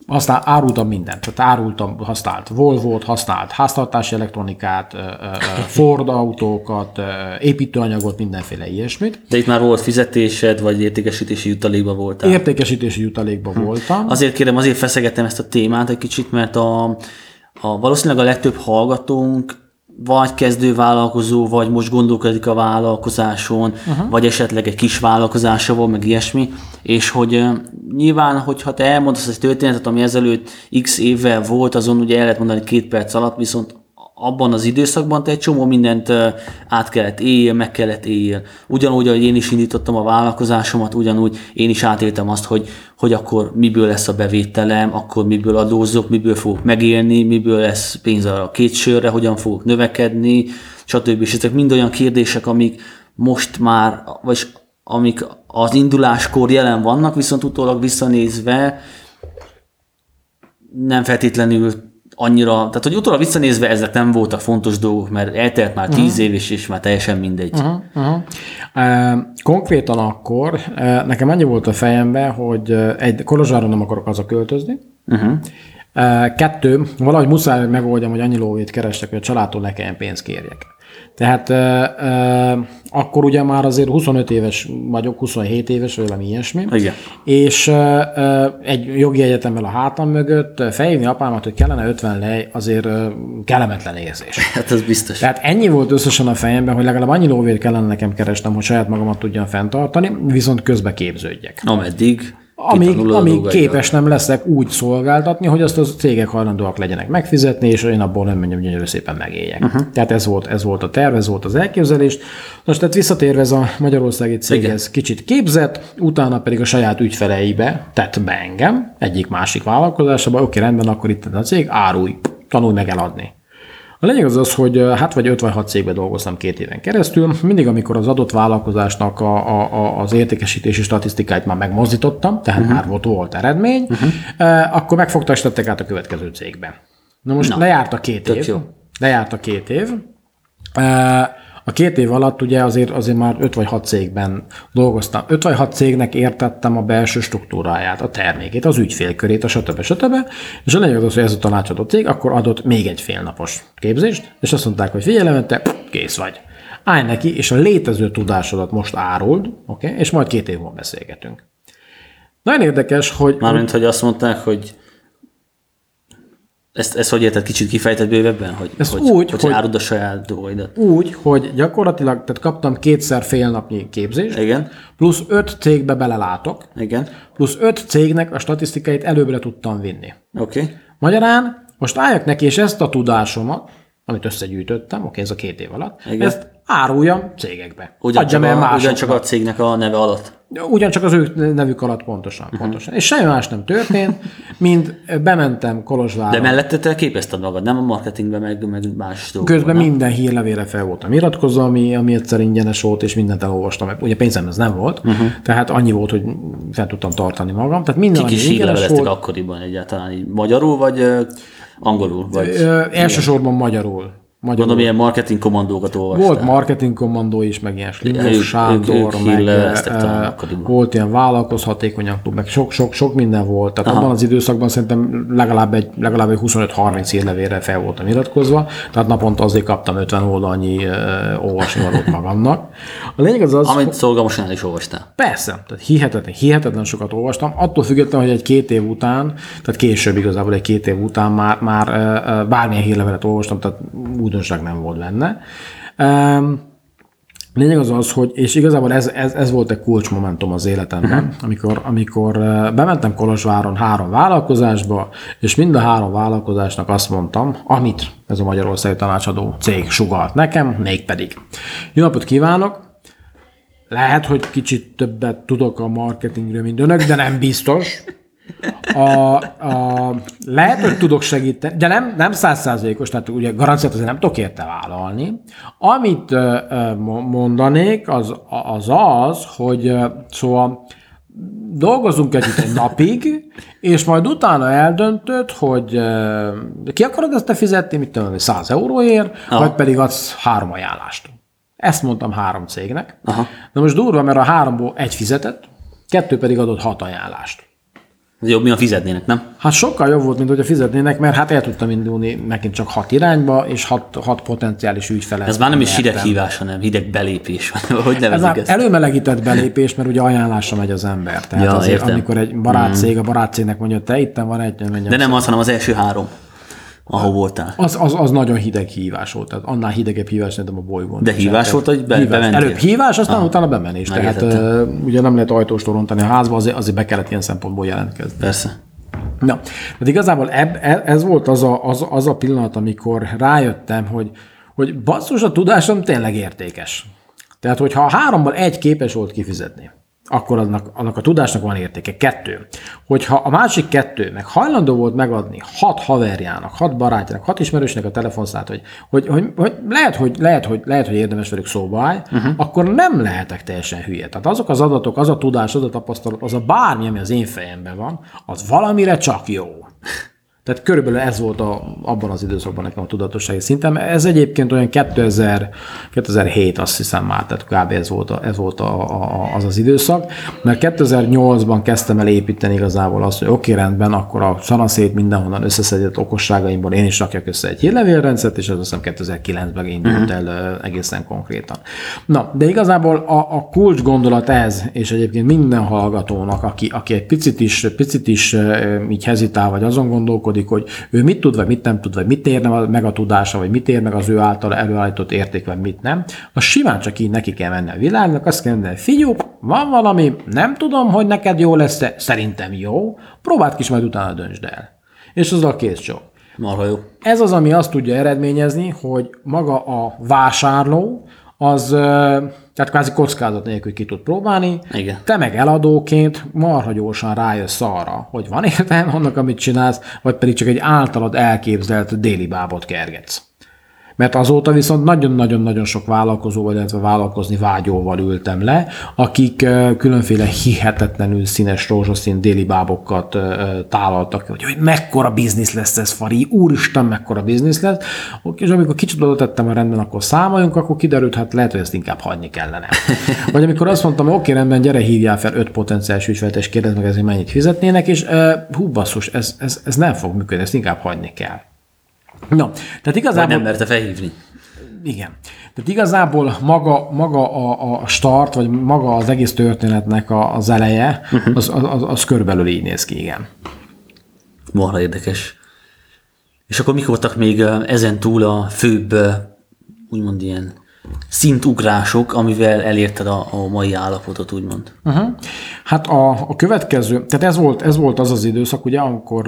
árultam mindent. Tehát árultam használt Volvo-t, használt háztartási elektronikát, Ford autókat, építőanyagot, mindenféle ilyesmit. De itt már volt fizetésed, vagy értékesítési jutalékban voltál? Értékesítési jutalékban voltam. Azért kérem, azért feszegettem ezt a témát egy kicsit, mert valószínűleg a legtöbb hallgatónk vagy kezdővállalkozó, vagy most gondolkodik a vállalkozáson, vagy esetleg egy kis vállalkozása van, meg ilyesmi, és hogy nyilván, hogyha te elmondasz egy történetet, ami ezelőtt x évvel volt, azon ugye el lehet mondani 2 perc alatt, viszont abban az időszakban te egy csomó mindent át kellett éljél, meg kellett éljél. Ugyanúgy, ahogy én is indítottam a vállalkozásomat, ugyanúgy én is átéltem azt, hogy akkor miből lesz a bevételem, akkor miből adózok, miből fogok megélni, miből lesz pénz a 2 sörre, hogyan fogok növekedni, stb. És ezek mind olyan kérdések, amik most már, vagy amik az induláskor jelen vannak, viszont utólag visszanézve nem feltétlenül annyira, tehát hogy utólag visszanézve ezek nem voltak fontos dolgok, mert eltelt már 10 év, és már teljesen mindegy. Konkrétan akkor nekem annyi volt a fejemben, hogy Kolozsvárra nem akarok hazaköltözni. 2, valahogy muszáj megoldjam, hogy annyi lóvét kerestek, hogy a családtól ne kelljen pénzt kérjek. Tehát akkor ugye már azért 25 éves vagyok, 27 éves, vagy valami ilyesmi. Igen. És egy jogi egyetemmel a hátam mögött felhívni apámat, hogy kellene 50 lej, azért kellemetlen érzés. Hát ez biztos. Tehát ennyi volt összesen a fejemben, hogy legalább annyi lóvét kellene nekem keresnem, hogy saját magamat tudjam fenntartani, viszont közbe képződjek. Ameddig Amíg képes nem leszek úgy szolgáltatni, hogy azt a cégek hajlandóak legyenek megfizetni, és én abból nem mondjam, gyönyörű szépen megéljek. Tehát ez volt a terv, ez volt az elképzelés. Most tehát visszatérve ez a magyarországi céghez kicsit képzett, utána pedig a saját ügyfeleibe tett be engem, egyik-másik vállalkozásába, oké, rendben, akkor itt a cég, árulj, tanulj meg eladni. A lényeg az, hogy vagy 5 vagy 6 cégben dolgoztam 2 éven keresztül. Mindig, amikor az adott vállalkozásnak az értékesítési statisztikáit már megmozdítottam, tehát már volt eredmény, akkor megfogta és tettek át a következő cégbe. Na most lejárt a 2 év. Lejárt a 2 év. A 2 év alatt ugye azért már 5 vagy 6 cégben dolgoztam. 5 vagy 6 cégnek értettem a belső struktúráját, a termékét, az ügyfélkörét, a stb. És a lényeg az, hogy ez a tanácsadó cég akkor adott még egy félnapos képzést, és azt mondták, hogy figyelj, te kész vagy. Állj neki, és a létező tudásodat most áruld, oké? És majd 2 év múlva beszélgetünk. Nagyon érdekes, hogy... Mármint, hogy azt mondták, hogy ezt hogy érted, kicsit kifejtett bővebben? Hogy áruld a saját dolgaidat? Úgy, hogy gyakorlatilag tehát kaptam 2-szer félnapnyi képzést, Igen. Plusz 5 cégbe belelátok, Igen. Plusz 5 cégnek a statisztikáit előbbre tudtam vinni. Oké. Magyarán most álljak neki, és ezt a tudásomat, amit összegyűjtöttem, ez a 2 év alatt, ezt áruljam cégekbe. Ugyancsak a cégnek a neve alatt. Ugyancsak az ő nevük alatt pontosan. És semmi más nem történt, mint bementem Kolozsvárra. De mellette te képezted magad, nem a marketingben, meg más dolgokban. Közben minden hírlevélre fel voltam iratkozva, ami egyszer ingyenes volt, és mindent elolvastam. Ugye pénzem ez nem volt, tehát annyi volt, hogy fel tudtam tartani magam. Tehát minden Kik is hírleveleztek akkoriban egyáltalán, így magyarul, vagy angolul? Vagy elsősorban magyarul. Mondom, ilyen marketing kommandókat olvastál. Volt marketing kommandó is, meg ilyen Slimos Sándor, volt ilyen vállalkozhatékonyak klub, meg sok minden volt. Tehát abban az időszakban szerintem legalább egy 25-30 hírlevélre fel voltam iratkozva, tehát naponta azért kaptam 50 oldalnyi olvasnivalót magamnak. A lényeg az, amit szolgalmasan el is olvastál. Persze, tehát hihetetlen sokat olvastam, attól függetlenül, hogy egy 2 év után, tehát később igazából egy 2 év után már bármilyen hírlevelet olvastam, tehát újdonság nem volt benne. Lényeg az, hogy, és igazából ez volt egy kulcsmomentum az életemben, amikor bementem Kolozsváron 3 vállalkozásba, és mind a 3 vállalkozásnak azt mondtam, amit ez a magyarországi tanácsadó cég sugalt nekem, mégpedig. Jó napot kívánok! Lehet, hogy kicsit többet tudok a marketingről, mint önök, de nem biztos. Lehet, hogy tudok segíteni, de nem 100%-os, tehát ugye garanciát azért nem tudok érte vállalni. Amit mondanék, az, hogy szóval dolgozunk együtt egy napig, és majd utána eldöntöd, hogy ki akarod ezt te fizetni, mit tudom, 100 euróért, vagy pedig adsz 3 ajánlást. Ezt mondtam 3 cégnek. Aha. Na most durva, mert a 3-ból 1 fizetett, 2 pedig adott 6 ajánlást. Jobb, mi a fizetnének, nem? Hát sokkal jobb volt, mint hogyha fizetnének, mert hát el tudtam indulni megint csak 6 irányba, és 6 potenciális ügyfelet. Ez már nem is hideg hívás, hanem hideg belépés. Hogy nevezik ezt? Előmelegített belépés, mert ugye ajánlásra megy az ember. Tehát azért, amikor egy barátcég, a barátcégnek mondja, te itten van egy... De nem az, hanem az első 3, ahol voltál. Az nagyon hideg hívás volt. Tehát annál hidegebb hívás nem a bolygón. De hívás volt, hogy bementél? Előbb hívás, aztán utána bemenés. Tehát ugye nem lehet ajtóstól rontani a házba, azért be kellett ilyen szempontból jelentkezni. Persze. Na, de igazából ez volt az a pillanat, amikor rájöttem, hogy basszus, a tudásom tényleg értékes. Tehát, hogyha a 3-ból 1 képes volt kifizetni, akkor annak a tudásnak van értéke. 2. Hogyha a másik 2 meg hajlandó volt megadni 6 haverjának, 6 barátjának, 6 ismerősnek a telefonszámát, hogy lehet, hogy érdemes velük szóba állj, akkor nem lehetek teljesen hülye. Tehát azok az adatok, az a tudás, az a tapasztalat, az a bármi, ami az én fejemben van, az valamire csak jó. Tehát körülbelül ez volt abban az időszakban nekem a tudatossági szintem. Ez egyébként olyan 2007, azt hiszem már, tehát kb. Ez volt az időszak, mert 2008-ban kezdtem el építeni igazából azt, hogy oké, rendben, akkor a szanaszét mindenhonnan összeszedett okosságaimból én is rakjak össze egy hírlevélrendszert, és ez azt hiszem 2009-ben indult el egészen konkrétan. Na, de igazából a kulcs gondolat ez, és egyébként minden hallgatónak, aki egy picit is így hezitál, vagy azon gondolkodik, hogy ő mit tud, vagy mit nem tud, vagy mit érne meg a tudása, vagy mit ér meg az ő által előállított érték, vagy mit nem. Az simán csak így neki kell menni a világnak, azt kell mondani, figyelj, van valami, nem tudom, hogy neked jó lesz, szerintem jó, próbáld ki, és majd utána döntsd el. És azzal kész csó. Marha jó. Ez az, ami azt tudja eredményezni, hogy maga a vásárló, az tehát kvázi kockázat nélkül ki tud próbálni. Igen. Te meg eladóként marha gyorsan rájössz arra, hogy van értelme annak, amit csinálsz, vagy pedig csak egy általad elképzelt déli bábot kergetsz. Mert azóta viszont nagyon-nagyon-nagyon sok vállalkozóval, illetve vállalkozni vágyóval ültem le, akik különféle hihetetlenül színes rózsaszín déli bábokat tálaltak, hogy mekkora biznisz lesz ez, Fari, úristen, mekkora biznisz lesz, és amikor kicsit oda tettem a rendben, akkor számoljunk, akkor kiderült, hát lehet, hogy ezt inkább hagyni kellene. Vagy amikor azt mondtam, hogy oké, rendben, gyere, hívjál fel 5 potenciális ügyfelet, és kérdezd meg, ezért mennyit fizetnének, és hú, basszus, ez nem fog működni, ezt inkább hagyni kell. No, tehát igazából... Vagy nem merte felhívni. Igen. Tehát igazából maga a start, vagy maga az egész történetnek az eleje, az körülbelül így néz ki, igen. Marha érdekes. És akkor mik voltak még ezen túl a főbb, úgymond ilyen szintugrások, amivel elérted a mai állapotot, úgymond? Hát a következő, tehát ez volt az időszak, ugye,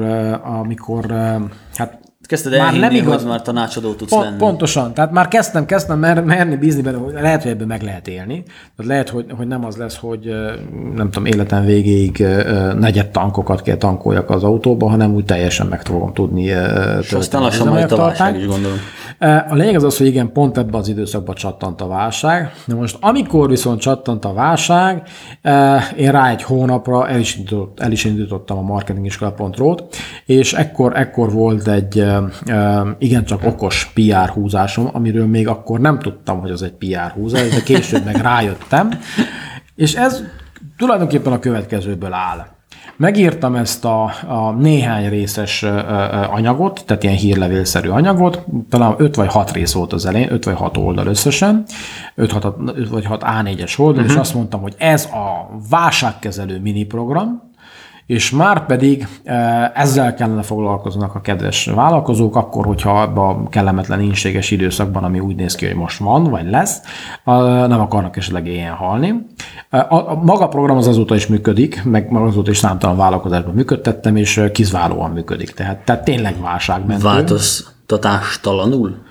amikor hát kezdted elhinni, hogy már tanácsadó tudsz lenni. Pontosan. Tehát már kezdtem merni bízni benne, hogy lehet, hogy ebből meg lehet élni. Tehát lehet, hogy nem az lesz, hogy nem tudom, életem végéig negyed tankokat kell tankoljak az autóba, hanem úgy teljesen meg fogom tudni tölteni. És aztán lassan majd a válság is, gondolom. A lényeg az, hogy igen, pont ebben az időszakban csattant a válság. De most amikor viszont csattant a válság, én rá egy hónapra el is indítottam a marketingiskola.ro-t, és ekkor volt egy igencsak okos PR húzásom, amiről még akkor nem tudtam, hogy az egy PR húzás, de később meg rájöttem, és ez tulajdonképpen a következőből áll. Megírtam ezt a néhány részes anyagot, tehát ilyen hírlevélszerű anyagot, talán 5 vagy 6 rész volt az elején, 5 vagy 6 oldal összesen, 5 vagy 6 A4-es oldal, és azt mondtam, hogy ez a válságkezelő miniprogram, és már pedig ezzel kellene foglalkoznak a kedves vállalkozók, akkor, hogyha ebben a kellemetlen ínséges időszakban, ami úgy néz ki, hogy most van, vagy lesz, nem akarnak esetleg éjjel halni. Maga a program az azóta is működik, meg azóta is számtalan vállalkozásban működtettem, és kiválóan működik. Tehát tényleg válságmentő. Változtatástalanul?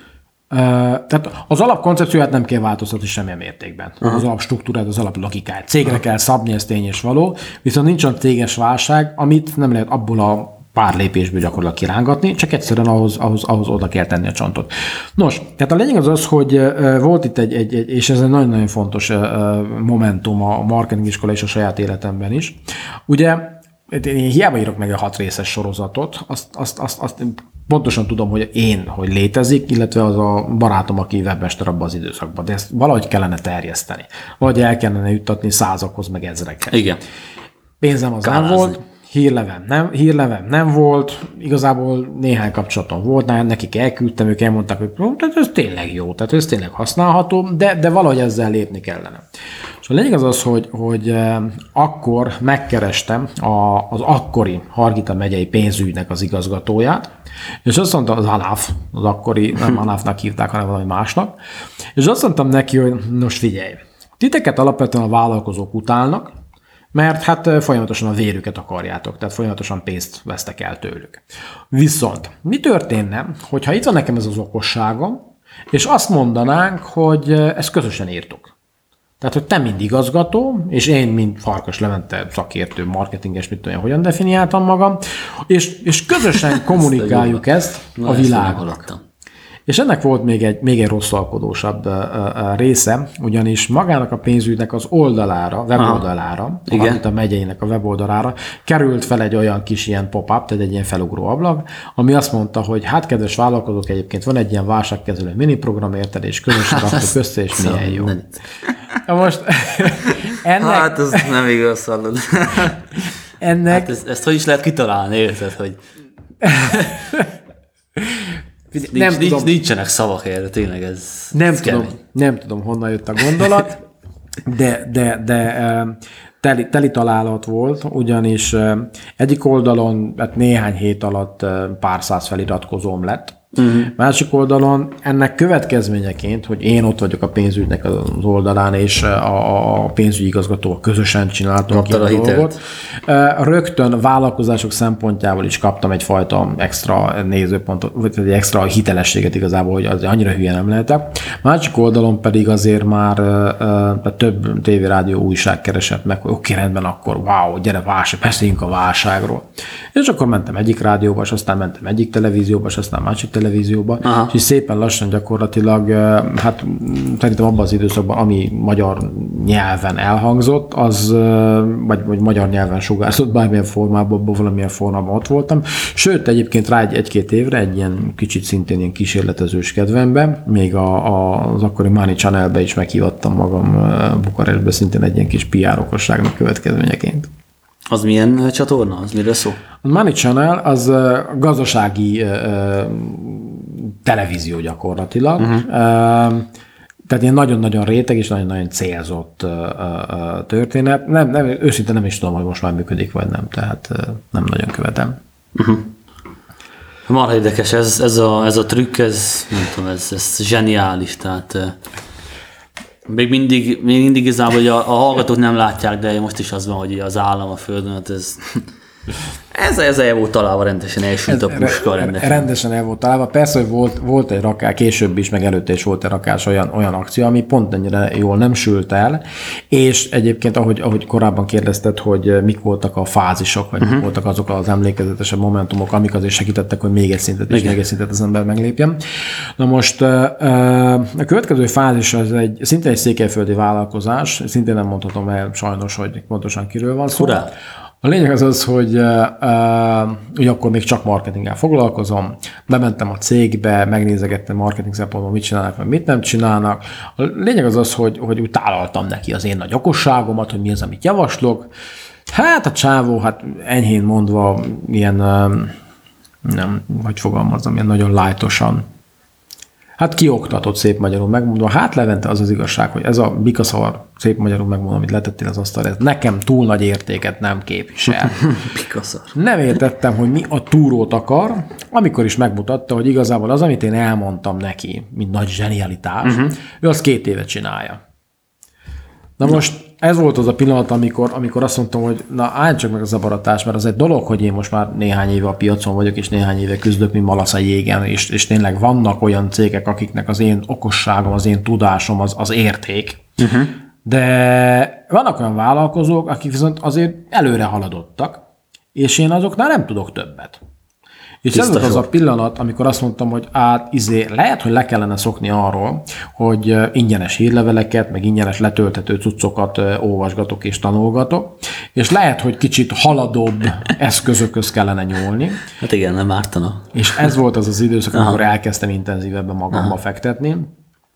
Tehát az alapkoncepcióját nem kell változtatni semmilyen mértékben. Az alapstruktúrát, az alaplogikáját. Cégre kell szabni, ez tény és való, viszont nincs olyan céges válság, amit nem lehet abból a pár lépésből gyakorlatilag kirángatni, csak egyszerűen ahhoz oda kell tenni a csontot. Nos, tehát a lényeg az, hogy volt itt egy és ez egy nagyon-nagyon fontos momentum a marketingiskola és a saját életemben is. Ugye én hiába írok meg a 6 részes sorozatot, azt pontosan tudom, hogy létezik, illetve az a barátom, aki webmester abban az időszakban, de ezt valahogy kellene terjeszteni. Vagy el kellene juttatni 100-akhoz, meg 1000-ekhez. Igen. Pénzem az nem volt, hírlevem nem volt, igazából néhány kapcsolatom volt, nekik elküldtem, ők elmondták, hogy tehát ez tényleg jó, tehát ez tényleg használható, de valahogy ezzel lépni kellene. És a lényeg az, hogy akkor megkerestem az akkori Hargita megyei pénzügynek az igazgatóját, és azt mondtam, az ANAF, az akkori, nem ANAF-nak hívták, hanem valami másnak, és azt mondtam neki, hogy nos figyelj, titeket alapvetően a vállalkozók utálnak, mert hát folyamatosan a vérüket akarjátok, tehát folyamatosan pénzt vesztek el tőlük. Viszont mi történne, hogyha itt van nekem ez az okosságom, és azt mondanánk, hogy ezt közösen írtuk. Tehát, hogy te mind igazgató, és én, mint Farkas Levente szakértő, marketinges, mit tudom, hogyan definiáltam magam, és közösen kommunikáljuk ezt a világnak. És ennek volt még egy rosszalkodósabb része, ugyanis magának a pénzügynek az oldalára, weboldalára, a megyeinek a weboldalára került fel egy olyan kis ilyen pop-up, tehát egy ilyen felugró ablak, ami azt mondta, hogy hát kedves vállalkozók, egyébként van egy ilyen válságkezelő miniprogram, érted, és közösen raktuk össze, és milyen jó. Na most ennek... Hát ez nem igaz, hallod. Ennek... Hát ezt hogy is lehet kitalálni, érted, hogy... Nincsenek szavak erre, tényleg ez nem tudom, honnan jött a gondolat, de teli találat volt, ugyanis egyik oldalon néhány hét alatt pár száz feliratkozóm lett, másik oldalon ennek következményeként, hogy én ott vagyok a pénzügynek az oldalán, és a pénzügyi igazgatóval közösen csináltunk ki a dolgot. Rögtön vállalkozások szempontjából is kaptam egyfajta extra nézőpontot, vagy egy extra hitelességet igazából, hogy az annyira hülye nem lehetek. Másik oldalon pedig azért már több tévérádió újság keresett meg, hogy oké, rendben, akkor wow, gyere válság, beszéljünk a válságról. És akkor mentem egyik rádióba, és aztán mentem egyik televízióba, és aztán másik televízióba, és szépen lassan gyakorlatilag, hát szerintem abban az időszakban, ami magyar nyelven elhangzott, az, vagy magyar nyelven sugárzott bármilyen formában, valamilyen formában ott voltam. Sőt, egyébként rá egy-két évre, egy ilyen kicsit szintén ilyen kísérletezős kedvemben, még az akkori Money Channelbe is meghívattam magam Bukarestbe, szintén egy ilyen kis PR okosságnak következményeként. Az milyen csatorna? Az miről szól? A Money Channel az gazdasági televízió gyakorlatilag. Tehát ilyen nagyon-nagyon réteg és nagyon-nagyon célzott történet. Őszintén nem is tudom, hogy most már működik, vagy nem. Tehát nem nagyon követem. Marha érdekes, ez a trükk, ez zseniális. Tehát még mindig igazából, hogy a hallgatók nem látják, de most is az van, hogy az állam a földön, hát ez el volt találva, rendesen elsült a puska. Rendesen el volt találva. Persze, hogy volt egy rakás, később is, meg előtte is volt egy rakás olyan akció, ami pont ennyire jól nem sült el, és egyébként, ahogy korábban kérdezted, hogy mik voltak a fázisok, vagy mik voltak azok az emlékezetesebb momentumok, amik azért segítettek, hogy még egy szintet az ember meglépjen. Na most a következő fázis az szintén egy székelyföldi vállalkozás, szintén nem mondhatom el sajnos, hogy pontosan kiről van szó. A lényeg az, hogy akkor még csak marketinggel foglalkozom, bementem a cégbe, megnézegettem marketing szempontból, mit csinálnak, vagy mit nem csinálnak. A lényeg az, hogy úgy tálaltam neki az én nagy okosságomat, hogy mi az, amit javaslok. Hát a csávó, enyhén mondva, ilyen, nem, hogy fogalmazom, ilyen nagyon lightosan, kioktatott, szép magyarul megmondva. Levente, az igazság, hogy ez a bikaszar, szép magyarul megmondom, amit letettél az asztalra, ez nekem túl nagy értéket nem képvisel. Bikaszar. Nem értettem, hogy mi a túrót akar, amikor is megmutatta, hogy igazából az, amit én elmondtam neki, mint nagy zsenialitás, ő azt 2 éve csinálja. Na most ez volt az a pillanat, amikor azt mondtam, hogy állj csak meg az a baratás, mert az egy dolog, hogy én most már néhány éve a piacon vagyok, és néhány éve küzdök, mint malasz a jégen, és tényleg vannak olyan cégek, akiknek az én okosságom, az én tudásom az érték. De vannak olyan vállalkozók, akik viszont azért előre haladottak, és én azoknál nem tudok többet. És ez az a pillanat, amikor azt mondtam, hogy lehet, hogy le kellene szokni arról, hogy ingyenes hírleveleket, meg ingyenes letölthető cuccokat olvasgatok és tanulgatok, és lehet, hogy kicsit haladóbb eszközökhöz kellene nyúlni. Hát igen, nem ártana. És ez volt az időszak, amikor elkezdtem intenzívebben magamba fektetni.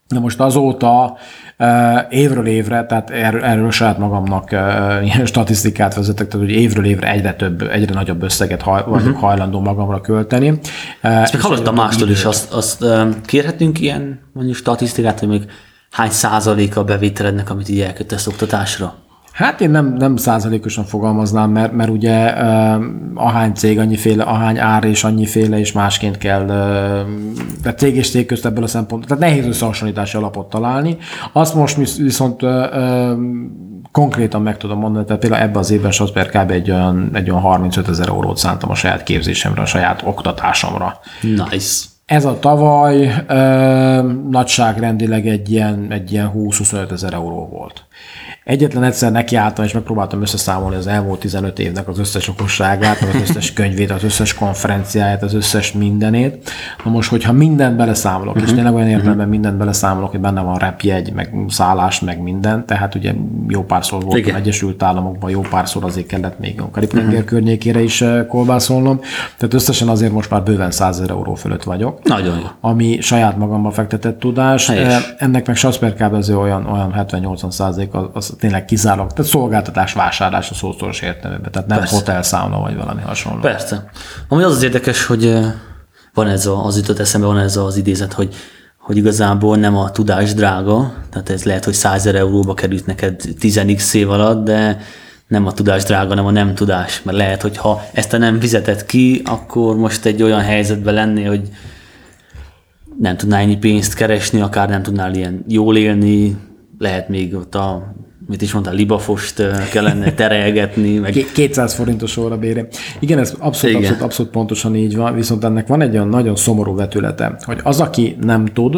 Na most azóta évről évre, tehát erről saját magamnak ilyen statisztikát vezetek, tehát hogy évről évre egyre nagyobb összeget vagyok hajlandó magamra költeni. Ezt még hallottam mástól is, azt kérhetünk ilyen mondjuk statisztikát, hogy még hány százaléka a bevételednek, amit így elkötesz oktatásra? Hát én nem százalékosan fogalmaznám, mert ugye ahány cég annyiféle, ahány ár és annyiféle, és másként kell, tehát cég és cég közt ebből a szempontból, tehát nehéz összehasonlítási alapot találni. Azt most viszont konkrétan meg tudom mondani, tehát például ebben az évben Sasper kb. egy olyan 35 000 eurót szántam a saját képzésemre, a saját oktatásomra. Nice. Ez a tavaly nagyságrendileg egy ilyen 20-25 000 euró volt. Egyetlen egyszer nekiálltam, és megpróbáltam összeszámolni az elmúlt 15 évnek az összes okosságát, az összes könyvét, az összes konferenciáját, az összes mindenét. Na most, hogyha mindent beleszámolok, és tényleg olyan értelemben mindent beleszámolok, hogy benne van repjegy, meg szállás, meg minden, tehát ugye jó párszor voltam Egyesült Államokban, jó párszor azért kellett még a Karib-tenger környékére is kolbászolnom, tehát összesen azért most már bőven 100 000 euró fölött vagyok. Nagyon jó. Ami saját magamba fektetett tudás. Helyes. Ennek meg Sasper kb. Olyan 70-80% az tényleg kizárólag, tehát szolgáltatás vásárlás a szószoros értelmében, tehát nem hotelszámla vagy valami hasonló. Persze. Ami az érdekes, hogy van az jutott eszembe, van ez az idézet, hogy igazából nem a tudás drága, tehát ez lehet, hogy 100 000 euróba került neked 10x év alatt, de nem a tudás drága, hanem a nem tudás. Mert lehet, hogy ha ezt te nem fizeted ki, akkor most egy olyan helyzetben lennél, hogy nem tudnál ennyi pénzt keresni, akár nem tudnál ilyen jól élni, lehet még ott mit is mondtál, libafost kellene terelgetni. Meg... 200 forintos órabére. Igen, ez abszolút pontosan így van, viszont ennek van egy olyan nagyon szomorú vetülete, hogy az, aki nem tud,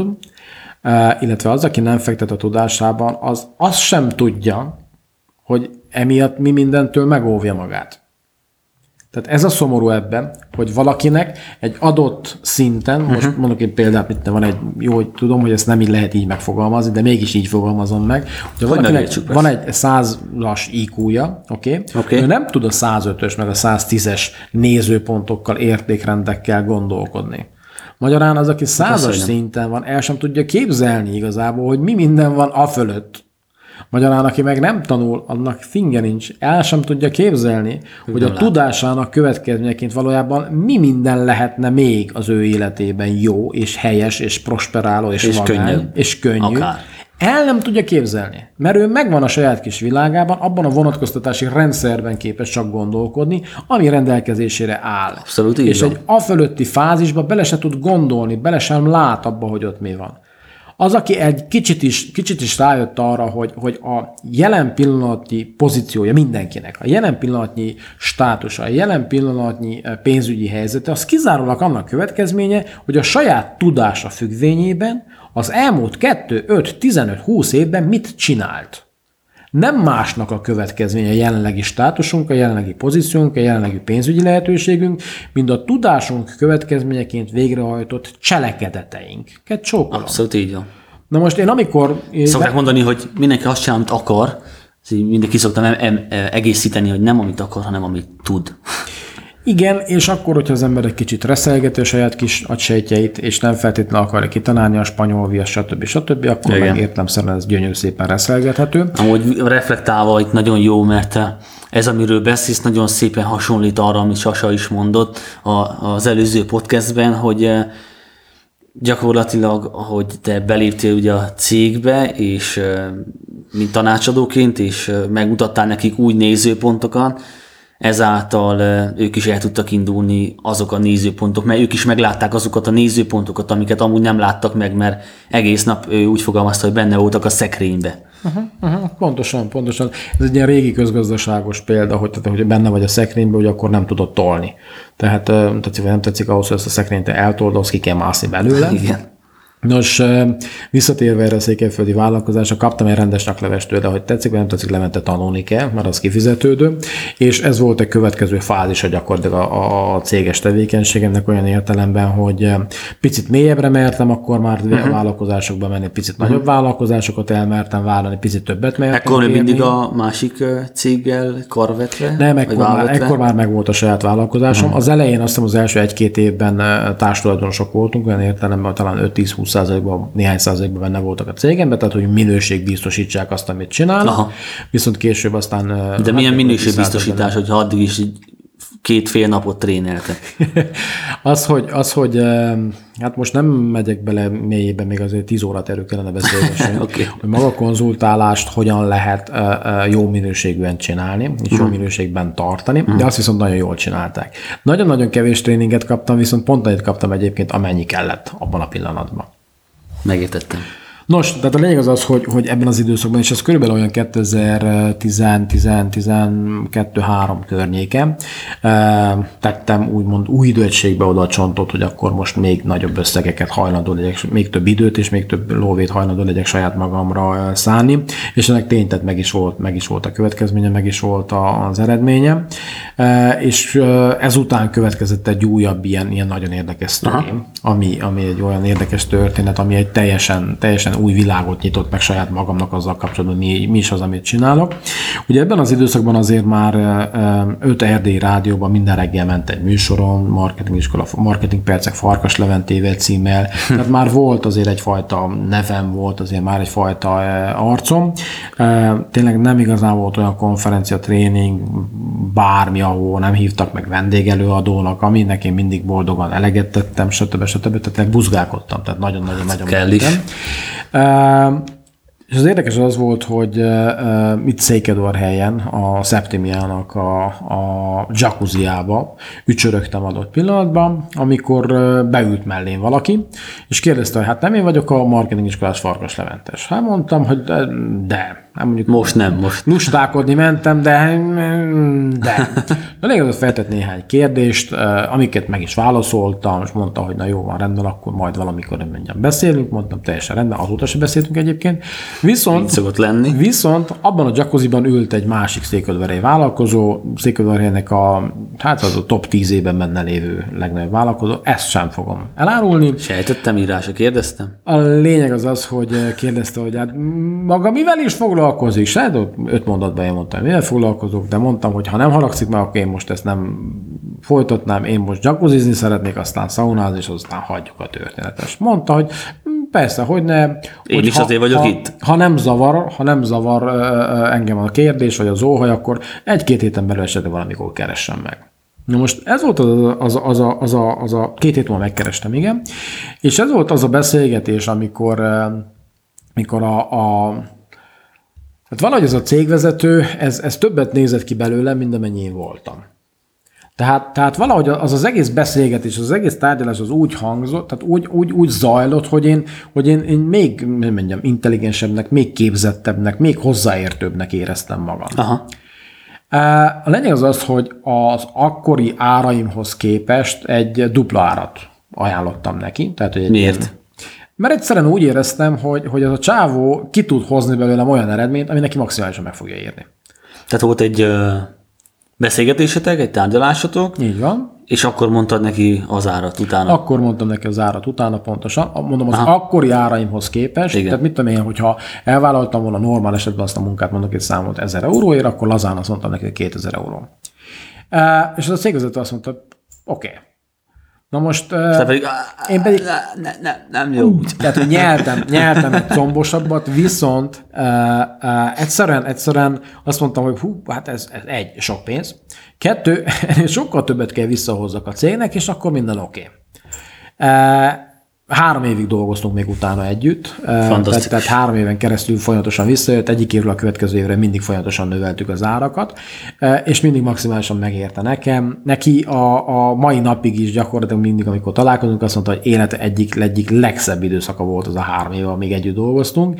illetve az, aki nem fektet a tudásában, az sem tudja, hogy emiatt mi mindentől megóvja magát. Tehát ez a szomorú ebben, hogy valakinek egy adott szinten, most mondok egy példát, mint van egy, jó, hogy tudom, hogy ezt nem így lehet így megfogalmazni, de mégis így fogalmazom meg, hogy valakinek van egy 100-as IQ-ja, oké? Ő nem tud a 105-ös meg a 110-es nézőpontokkal, értékrendekkel gondolkodni. Magyarán az, aki 100-as szinten van, el sem tudja képzelni igazából, hogy mi minden van a fölött. Magyarán, aki meg nem tanul, annak finge nincs, el sem tudja képzelni, hogy a tudásának következményeként valójában mi minden lehetne még az ő életében jó, és helyes, és prosperáló, és vagány, és könnyű. Akár. El nem tudja képzelni, mert ő megvan a saját kis világában, abban a vonatkoztatási rendszerben képes csak gondolkodni, ami rendelkezésére áll. Abszolút és egy afölötti fázisba bele se tud gondolni, bele sem lát abba, hogy ott mi van. Az, aki egy kicsit is rájött arra, hogy a jelen pillanatnyi pozíciója mindenkinek, a jelen pillanatnyi státusa, a jelen pillanatnyi pénzügyi helyzete, az kizárólag annak következménye, hogy a saját tudása függvényében az elmúlt 2, 5, 15, 20 évben mit csinált. Nem másnak a következménye a jelenlegi státusunk, a jelenlegi pozíciónk, a jelenlegi pénzügyi lehetőségünk, mint a tudásunk következményeként végrehajtott cselekedeteink. Abszolút így van. Na most én amikor... Szokták mondani, hogy mindenki azt csinál, amit akar, mindenki szoktam egészíteni, hogy nem amit akar, hanem amit tud. Igen, és akkor, hogyha az ember egy kicsit reszelgeti a saját kis agysejtjeit, és nem feltétlenül akarja kitanálni a spanyol viasz, stb., akkor meg értelemszerűen ez gyönyörű szépen reszelgethető. Amúgy reflektálva itt nagyon jó, mert ez, amiről beszélsz, nagyon szépen hasonlít arra, amit Sasa is mondott az előző podcastben, hogy gyakorlatilag, hogy te beléptél ugye a cégbe, és mint tanácsadóként, és megmutattál nekik új nézőpontokat, ezáltal ők is el tudtak indulni azok a nézőpontok, mert ők is meglátták azokat a nézőpontokat, amiket amúgy nem láttak meg, mert egész nap ő úgy fogalmazta, hogy benne voltak a szekrénybe. Pontosan. Ez egy ilyen régi közgazdaságos példa, hogy benne vagy a szekrénybe, hogy akkor nem tudod tolni. Tehát tetszik vagy nem tetszik, ahhoz, hogy ezt a szekrényt eltold, ahhoz ki kell mászni belőle. Igen. Nos, visszatérve erre a székelyföldi vállalkozásra, kaptam egy rendes naklevest tőle, hogy tetszik, vagy nem tetszik, Levente tanulni kell, mert az kifizetődő, és ez volt egy következő fázisa gyakorlatilag a céges tevékenységemnek olyan értelemben, hogy picit mélyebbre mertem akkor már vállalkozásokba menni, picit nagyobb vállalkozásokat elmertem vállalni, picit többet mertem. Ekkor még mindig a másik céggel karvetve? Nem, ekkor már megvolt a saját vállalkozásom. Az elején azt hiszem az első 1-2 évben társtulajdonosok voltunk, olyan értelemben talán 5-10-20 5%-ban, néhány százalékban benne voltak a cégemben, tehát hogy minőségbiztosítsák azt, amit csinálnak. Aha. Viszont később aztán... De milyen minőségbiztosítás, hogyha addig is 2 napot tréneltek? hogy hát most nem megyek bele mélyében, még azért 10 órát erről kellene beszélgetni, okay. Hogy maga a konzultálást hogyan lehet jó minőségűen csinálni, és jó minőségben tartani, de azt viszont nagyon jól csinálták. Nagyon-nagyon kevés tréninget kaptam, viszont pont annyit kaptam egyébként, amennyi kellett abban a pillanatban. Megértettem. Nos, tehát a lényeg az, hogy ebben az időszakban, és ez körülbelül olyan 2010-12-3 környéken tettem úgymond új időegységbe oda a csontot, hogy akkor most még nagyobb összegeket hajlandó legyek, még több időt és még több lóvét hajlandó legyek saját magamra szánni, és ennek tény, tehát meg is volt a következménye, meg is volt az eredménye, és ezután következett egy újabb ilyen nagyon érdekes sztori, ami egy olyan érdekes történet, ami egy teljesen új világot nyitott meg saját magamnak azzal kapcsolatban, mi is az, amit csinálok. Ugye ebben az időszakban azért már 5 erdélyi rádióban minden reggel ment egy műsorom, Marketing Percek Farkas Leventével címmel, tehát már volt azért egyfajta nevem, volt azért már egyfajta arcom. Tényleg nem igazán volt olyan konferencia, tréning, bármi, ahol nem hívtak meg vendégelőadónak, aminek én mindig boldogan eleget tettem, stb. Tehát buzgálkodtam, tehát nagyon-nagyon kell is. És az érdekes az volt, hogy itt Székelyudvarhelyen, a Septimiának a jacuzziába ücsörögtem adott pillanatban, amikor beült mellém valaki, és kérdezte, hogy hát nem én vagyok a marketingiskolás Farkas Leventes. Hát mondtam, hogy de. Mondjuk most nem. Lustálkodni mentem, de. De lényeg az, feltett néhány kérdést, amiket meg is válaszoltam, és mondta, hogy na jó, van rendben, akkor majd valamikor beszélünk, mondtam, teljesen rendben, azóta sem beszéltünk egyébként. Viszont abban a jacuzziban ült egy másik székelyudvarhelyi vállalkozó, Székelyudvarhelynek az a top 10-ében benne lévő legnagyobb vállalkozó, ezt sem fogom elárulni. Sejtettem, írásra kérdeztem. A lényeg az, hogy kérdezte, hogy hát maga mivel is foglalkozik? 5 mondatban én mondtam, mivel foglalkozok, de mondtam, hogy ha nem haragszik meg, akkor én most ezt nem folytatnám, én most jacuzzizni szeretnék, aztán szaunázni, és aztán hagyjuk a történetet. Mondta, hogy persze, hogy ne. Én is azért vagyok itt. Ha nem zavar engem a kérdés, vagy az óhaj, akkor 1-2 héten belül esetleg valamikor keressem meg. Na most ez volt az a 2 hét múlva megkerestem, igen, és ez volt az a beszélgetés, amikor hát valahogy ez a cégvezető, ez többet nézett ki belőlem, mint amennyi én voltam. Tehát valahogy az egész beszélgetés, az egész tárgyalás az úgy hangzott, tehát úgy zajlott, hogy én még, intelligensebbnek, még képzettebbnek, még hozzáértőbbnek éreztem magam. Aha. A lényeg az, hogy az akkori áraimhoz képest egy dupla árat ajánlottam neki. Tehát, hogy miért? Mert egyszerűen úgy éreztem, hogy az a csávó ki tud hozni belőlem olyan eredményt, ami neki maximálisan meg fogja érni. Tehát volt egy beszélgetésetek, egy tárgyalásotok. Így van. És akkor mondtad neki az árat utána. Akkor mondtam neki az árat utána pontosan. Mondom, az akkori áraimhoz képest. Igen. Tehát mit tudom én, hogyha elvállaltam volna normál esetben azt a munkát, mondok egy számot 1000 euróért, akkor lazán azt mondtam neki 2000 euró. És az a cégvezető azt mondta, oké. Na most én pedig nem jó. Tehát nyeltem egy combosabbat, viszont egyszerűen azt mondtam, hogy hát ez 1, sok pénz. 2, sokkal többet kell visszahozzak a cégnek, és akkor minden oké. 3 évig dolgoztunk még utána együtt, tehát 3 éven keresztül folyamatosan visszajött, egyik évről a következő évre mindig folyamatosan növeltük az árakat, és mindig maximálisan megérte nekem. Neki a mai napig is gyakorlatilag mindig, amikor találkozunk, azt mondta, hogy élete egyik legszebb időszaka volt az a 3 év, amíg együtt dolgoztunk.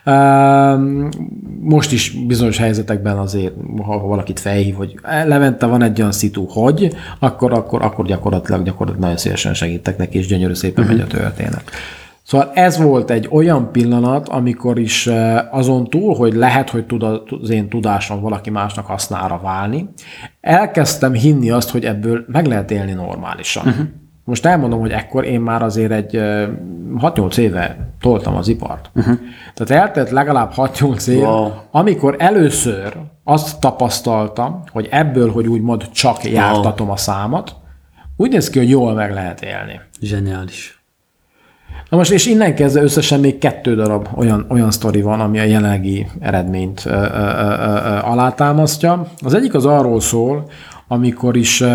Most is bizonyos helyzetekben azért, ha valakit felhív, hogy Levente, van egy olyan szitu, hogy, akkor gyakorlatilag nagyon szívesen segítek neki, és gyönyörű szépen megy a történet. Szóval ez volt egy olyan pillanat, amikor is azon túl, hogy lehet, hogy tud az én tudásom valaki másnak hasznára válni, elkezdtem hinni azt, hogy ebből meg lehet élni normálisan. Most elmondom, hogy ekkor én már azért egy 6-8 éve toltam az ipart. Tehát eltelt legalább 6-8 év, amikor először azt tapasztaltam, hogy ebből, hogy úgymond csak jártatom a számat, úgy néz ki, hogy jól meg lehet élni. Zseniális. Na most, és innen kezdve összesen még 2 darab olyan sztori van, ami a jelenlegi eredményt alátámasztja. Az egyik az arról szól, amikor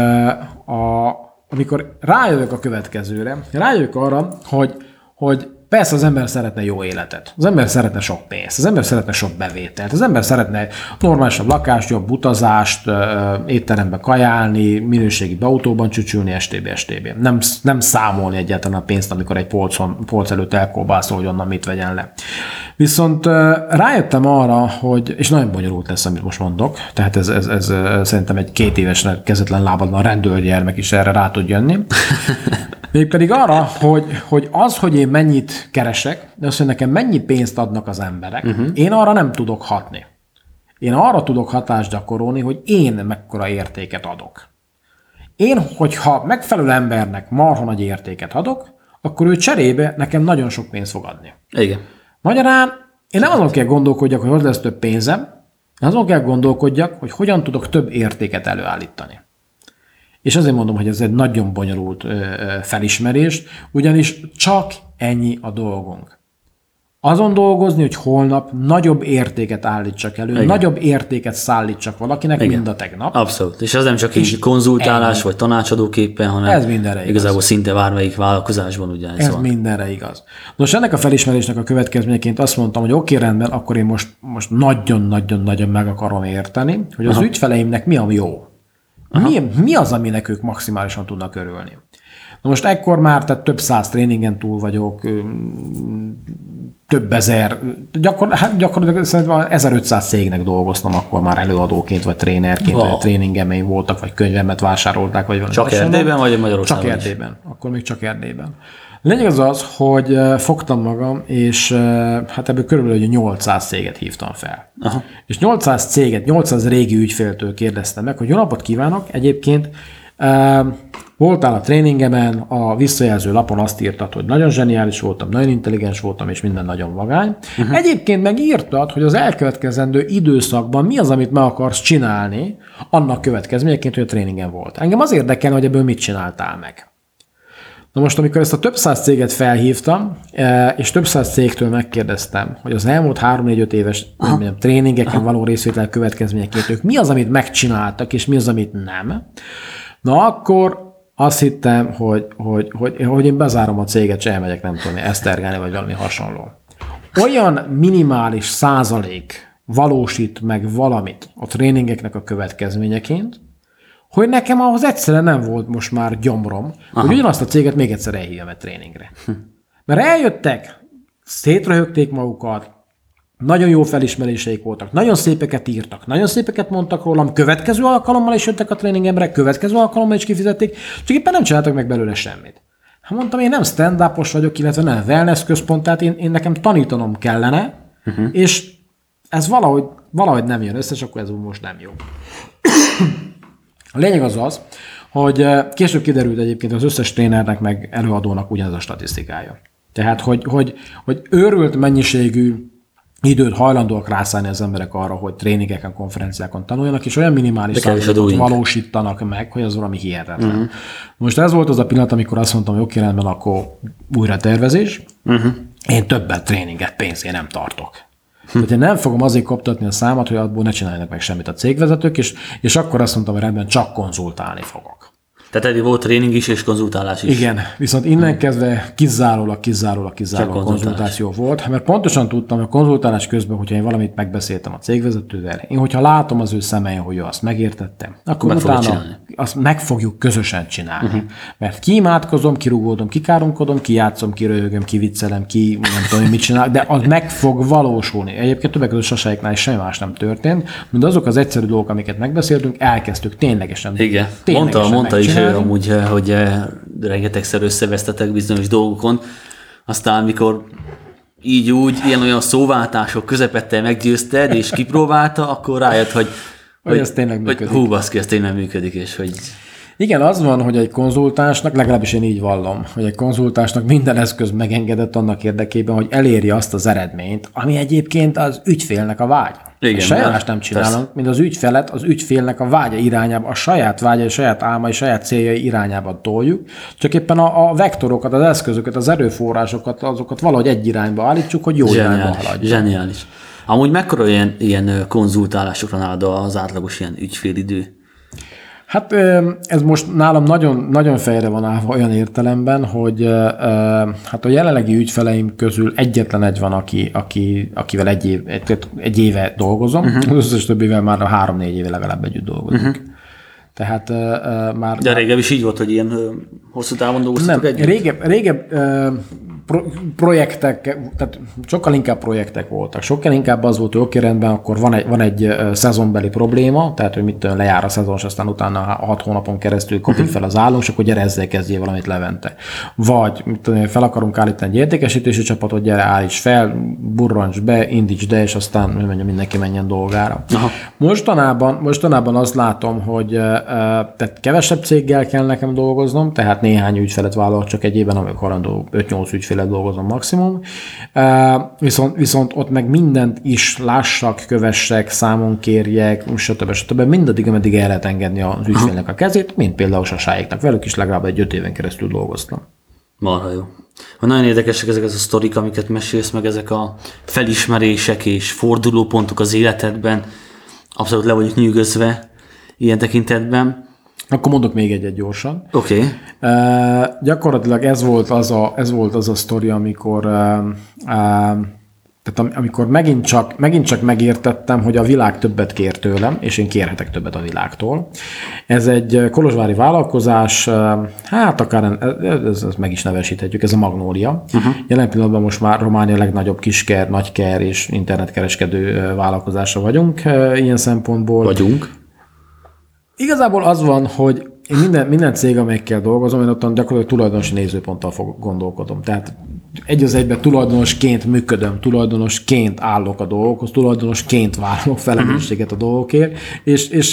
rájövök a következőre, rájövök arra, hogy persze az ember szeretne jó életet, az ember szeretne sok pénzt, az ember szeretne sok bevételt, az ember szeretne normálisabb lakást, jobb utazást, étterembe kajálni, minőségi autóban csücsülni, stb. Nem számolni egyáltalán a pénzt, amikor egy polc előtt elkóbászol, hogy onnan mit vegyen le. Viszont rájöttem arra, hogy, és nagyon bonyolult lesz, amit most mondok, tehát ez szerintem egy 2 éves kezetlen lábadban rendőrgyermek is erre rá tud jönni. Mégpedig arra, hogy én mennyit keresek, de az, hogy nekem mennyi pénzt adnak az emberek, én arra nem tudok hatni. Én arra tudok hatást gyakorolni, hogy én mekkora értéket adok. Én, hogyha megfelelő embernek marha nagy értéket adok, akkor ő cserébe nekem nagyon sok pénzt fog adni. Igen. Magyarán én nem azon kell gondolkodjak, hogy hogy lesz több pénzem, azon kell gondolkodjak, hogy hogyan tudok több értéket előállítani. És azért mondom, hogy ez egy nagyon bonyolult felismerés, ugyanis csak ennyi a dolgunk. Azon dolgozni, hogy holnap nagyobb értéket állítsak elő, igen, nagyobb értéket szállítsak valakinek, igen, mint a tegnap. Abszolút. És az nem csak így konzultálás, ennyi, vagy tanácsadóképpen, hanem ez mindenre igazából igaz. Szinte bármelyik vállalkozásban ugye ez van. Mindenre igaz. Nos, ennek a felismerésnek a következményeként azt mondtam, hogy oké, rendben, akkor én most nagyon-nagyon meg akarom érteni, hogy az ügyfeleimnek mi a jó. Mi az, aminek ők maximálisan tudnak örülni? Na most ekkor már tehát több 100 tréningen túl vagyok, több ezer, gyakorlatilag szerintem 1500 cégnek dolgoztam akkor már előadóként, vagy trénerként, vagy tréningemeim voltak, vagy könyvemet vásárolták, vagy valami. Csak Erdélyben, vagy Magyarországon? Csak Erdélyben. Akkor még csak Erdélyben. Lényeg az, hogy fogtam magam, és hát ebből körülbelül 800 céget hívtam fel. Aha. És 800 céget, 800 régi ügyféltől kérdeztem meg, hogy jó napot kívánok, egyébként voltál a tréningemen, a visszajelző lapon azt írtad, hogy nagyon zseniális voltam, nagyon intelligens voltam, és minden nagyon vagány. Egyébként meg írtad, hogy az elkövetkezendő időszakban mi az, amit meg akarsz csinálni, annak következményeként, hogy a tréningen volt. Engem az érdekel, hogy ebből mit csináltál meg. Na most, amikor ezt a több száz céget felhívtam, és több száz cégtől megkérdeztem, hogy az elmúlt 3-4-5 éves tréningeken való részvétel következményeként ők mi az, amit megcsináltak, és mi az, amit nem, na akkor azt hittem, hogy én bezárom a céget, és elmegyek, nem tudom, esztergálni, vagy valami hasonló. Olyan minimális százalék valósít meg valamit a tréningeknek a következményeként, hogy nekem ahhoz egyszerűen nem volt most már gyomrom, hogy ugyanazt a céget még egyszer elhívjam egy tréningre. Mert eljöttek, szétröhögték magukat, nagyon jó felismeréseik voltak, nagyon szépeket írtak, nagyon szépeket mondtak rólam, következő alkalommal is jöttek a tréningemre, következő alkalommal is kifizették, csak éppen nem csináltak meg belőle semmit. Hát mondtam, én nem stand-upos vagyok, illetve nem wellness központ, tehát én nekem tanítanom kellene, és ez valahogy nem jön össze, és akkor ez most nem jó. A lényeg az, hogy később kiderült egyébként, az összes trénernek meg előadónak ugyanaz a statisztikája. Tehát, hogy őrült mennyiségű időt hajlandóak rászállni az emberek arra, hogy tréningeken, konferenciákon tanuljanak, és olyan minimális százalékot valósítanak meg, hogy az valami hihetetlen. Most ez volt az a pillanat, amikor azt mondtam, hogy oké, rendben, akkor újra tervezés. Én többet tréninget pénzért nem tartok. Tehát én nem fogom azért koptatni a számat, hogy abból ne csináljanak meg semmit a cégvezetők, és akkor azt mondtam, hogy rendben, csak konzultálni fogok. Tehát eddig volt tréning is és konzultálás is. Igen, viszont innen kezdve kizárólag konzultáció volt, mert pontosan tudtam, hogy a konzultálás közben, hogyha én valamit megbeszéltem a cégvezetővel, én hogyha látom az ő szemein, hogy ő azt megértette, akkor utána azt meg fogjuk közösen csinálni. Mert kiimádkozom, kirúgódom, kikáromkodom, kijátszom, kiröhögöm, kiviccelem, nem tudom, mit csinál, de az meg fog valósulni. Egyébként többek között Sasaiknál is semmi más nem történt, mint azok az egyszerű dolgok, amiket megbeszéltünk, elkezdtük ténylegesen. Igen, mondta is amúgy, hogy rengetegszer összevesztetek bizonyos dolgokon, aztán mikor így úgy, ilyen-olyan szóváltások közepette meggyőzted, és kipróbálta, akkor rájött, hogy ez tényleg működik. Hú, baszki, ez tényleg működik, és hogy Igen, az van, hogy egy konzultánsnak, legalábbis én így vallom, hogy egy konzultánsnak minden eszköz megengedett annak érdekében, hogy elérje azt az eredményt, ami egyébként az ügyfélnek a vágya. Igen, semmi más nem csinálunk, mint az ügyfelet, az ügyfélnek a vágya irányába, a saját vágyai, saját álmai, saját céljai irányába toljuk, csak éppen a vektorokat, az eszközöket, az erőforrásokat, azokat valahogy egy irányba állítsuk, hogy jó irányba haladjunk. Zseniális. Amúgy mekkora ilyen konzultálásokra nálad az átlagos ilyen ügyfélidő? Hát ez most nálam nagyon, nagyon fejre van állva olyan értelemben, hogy hát a jelenlegi ügyfeleim közül egyetlen egy van, akivel egy éve dolgozom, az összes többivel már 3-4 éve legalább együtt dolgozunk. Tehát már... De régebb is így volt, hogy ilyen hosszú távon dolgoztatok együtt? Régebb projektek, tehát sokkal inkább projektek voltak. Sokkal inkább az volt, hogy oké, rendben, akkor van egy szezonbeli probléma, tehát hogy mit tudom, lejár a szezon, és aztán utána 6 hónapon keresztül kopik fel az állunk, és akkor gyere ezzel kezdjél valamit levente. Vagy mit tudom, fel akarunk állítani egy értékesítési csapatot, gyere állíts fel, burrancs be, indíts be, és aztán mindenki menjen dolgára. Aha. Mostanában azt látom, hogy tehát kevesebb céggel kell nekem dolgoznom, tehát néhány ügyfelet vállalok csak egy évben, amikor 5-8 ügyfelet dolgozom maximum. Viszont ott meg mindent is lássak, kövessek, számon kérjek, stb. Mindaddig, ameddig el lehet engedni az ügyfélnek a kezét, mint például a Sasáéknak. Velük is legalább egy 5 éven keresztül dolgoztam. Marha jó. Nagyon érdekesek ezek a sztorik, amiket mesélsz, meg ezek a felismerések és fordulópontok az életedben. Abszolút le vagyok nyűgözve ilyen tekintetben. Akkor mondok még egy gyorsan. Oké. Gyakorlatilag ez volt az a sztori, amikor amikor megint csak megértettem, hogy a világ többet kér tőlem, és én kérhetek többet a világtól. Ez egy kolozsvári vállalkozás, hát akár ezt meg is nevesíthetjük, ez a Magnólia. Jelen pillanatban most már Románia legnagyobb kisker, nagyker és internetkereskedő vállalkozása vagyunk ilyen szempontból. Igazából az van, hogy én minden cég, amelyekkel dolgozom, én ottan gyakorlatilag tulajdonosi nézőponttal gondolkodom. Tehát egy az egyben tulajdonosként működöm, tulajdonosként állok a dolgokhoz, tulajdonosként vállalok felelősséget a dolgokért, és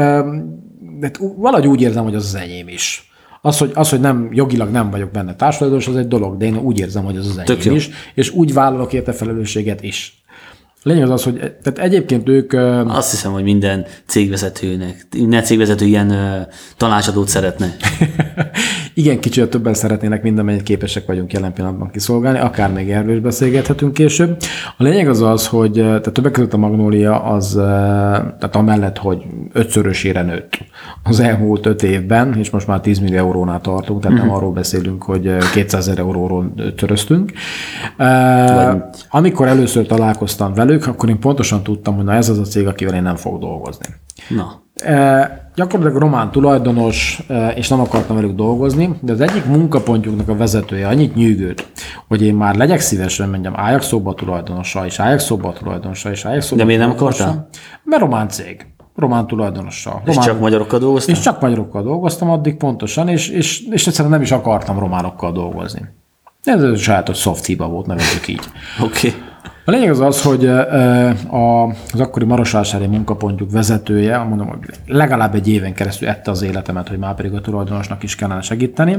de valahogy úgy érzem, hogy az enyém is. Az, hogy nem, jogilag nem vagyok benne társadalmas, az egy dolog, de én úgy érzem, hogy az enyém is, és úgy vállalok érte felelősséget is. Lényeg az, hogy tehát egyébként ők... Azt hiszem, hogy minden cégvezető ilyen tanácsadót szeretne. Igen, kicsit többen szeretnének, mindenmennyit képesek vagyunk jelen pillanatban kiszolgálni, akár még erről is beszélgethetünk később. A lényeg az, hogy tehát többek között a Magnólia az, tehát amellett, hogy 5-szörösére nőtt az elmúlt 5 évben, és most már 10 millió eurónál tartunk, tehát nem arról beszélünk, hogy 200 000 euróról töröztünk. Amikor először találkoztam velük, akkor én pontosan tudtam, hogy na ez az a cég, akivel én nem fogok dolgozni. Na. Gyakorlatilag román tulajdonos, és nem akartam velük dolgozni, de az egyik munkapontjuknak a vezetője annyit nyűgölt, hogy én már legyek szívesen, menjem Ajax-ba tulajdonossal, és Ajax-ba tulajdonossal, és Ajax-ba. De miért nem akartál? Mert román cég. Román tulajdonossal. És csak magyarokkal dolgoztam? És csak magyarokkal dolgoztam addig pontosan, és egyszerűen nem is akartam románokkal dolgozni. Ez a sajátos soft hiba volt, nevezzük így. Oké. A lényeg az, hogy az akkori marosvásári munkapontjuk vezetője, mondom, hogy legalább egy éven keresztül ette az életemet, hogy már pedig a tulajdonosnak is kellene segíteni.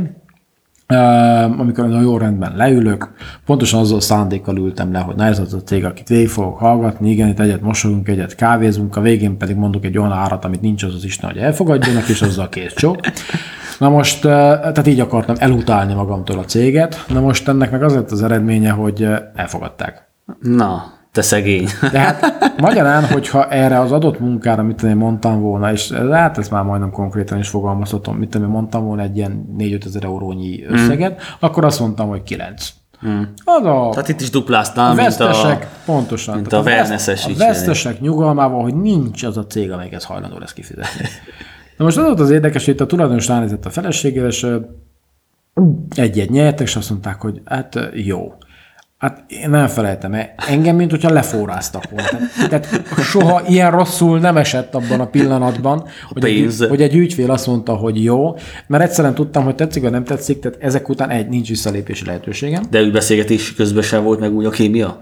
Amikor na jó, rendben leülök, pontosan azzal a szándékkal ültem le, hogy na ez az a cég, akit végig fogok hallgatni, igen, itt egyet mosogunk, egyet kávézunk, a végén pedig mondok egy olyan árat, amit nincs az Isten, hogy elfogadjanak, és azzal kész csók. Na most, tehát így akartam elutálni magamtól a céget, na most ennek meg az lett az eredménye, hogy elfogadták. Na, te szegény. De hát magyarán, hogyha erre az adott munkára, mit én mondtam volna, és hát ezt már majdnem konkrétan is fogalmazhatom, mit én mondtam volna egy ilyen 4-5 ezer eurónyi összeget, akkor azt mondtam, hogy 9. Tehát itt is dupláztál, pontosan. Mint a wellness-es. A vesztesek nyugalmával, hogy nincs az a cég, amelyik ezt hajlandó lesz kifizetni. Na most az volt az érdekes, hogy itt a tulajdonos ránézett a feleségére, és egy-egy nyertek, és azt mondták, hogy hát jó. Hát én nem felejtem, engem, mint hogyha leforráztak volna. Tehát soha ilyen rosszul nem esett abban a pillanatban, hogy egy ügyfél azt mondta, hogy jó, mert egyszerűen tudtam, hogy tetszik, vagy nem tetszik, tehát ezek után nincs visszalépési lehetőségem. De beszélgetés közben sem volt meg úgy a kémia?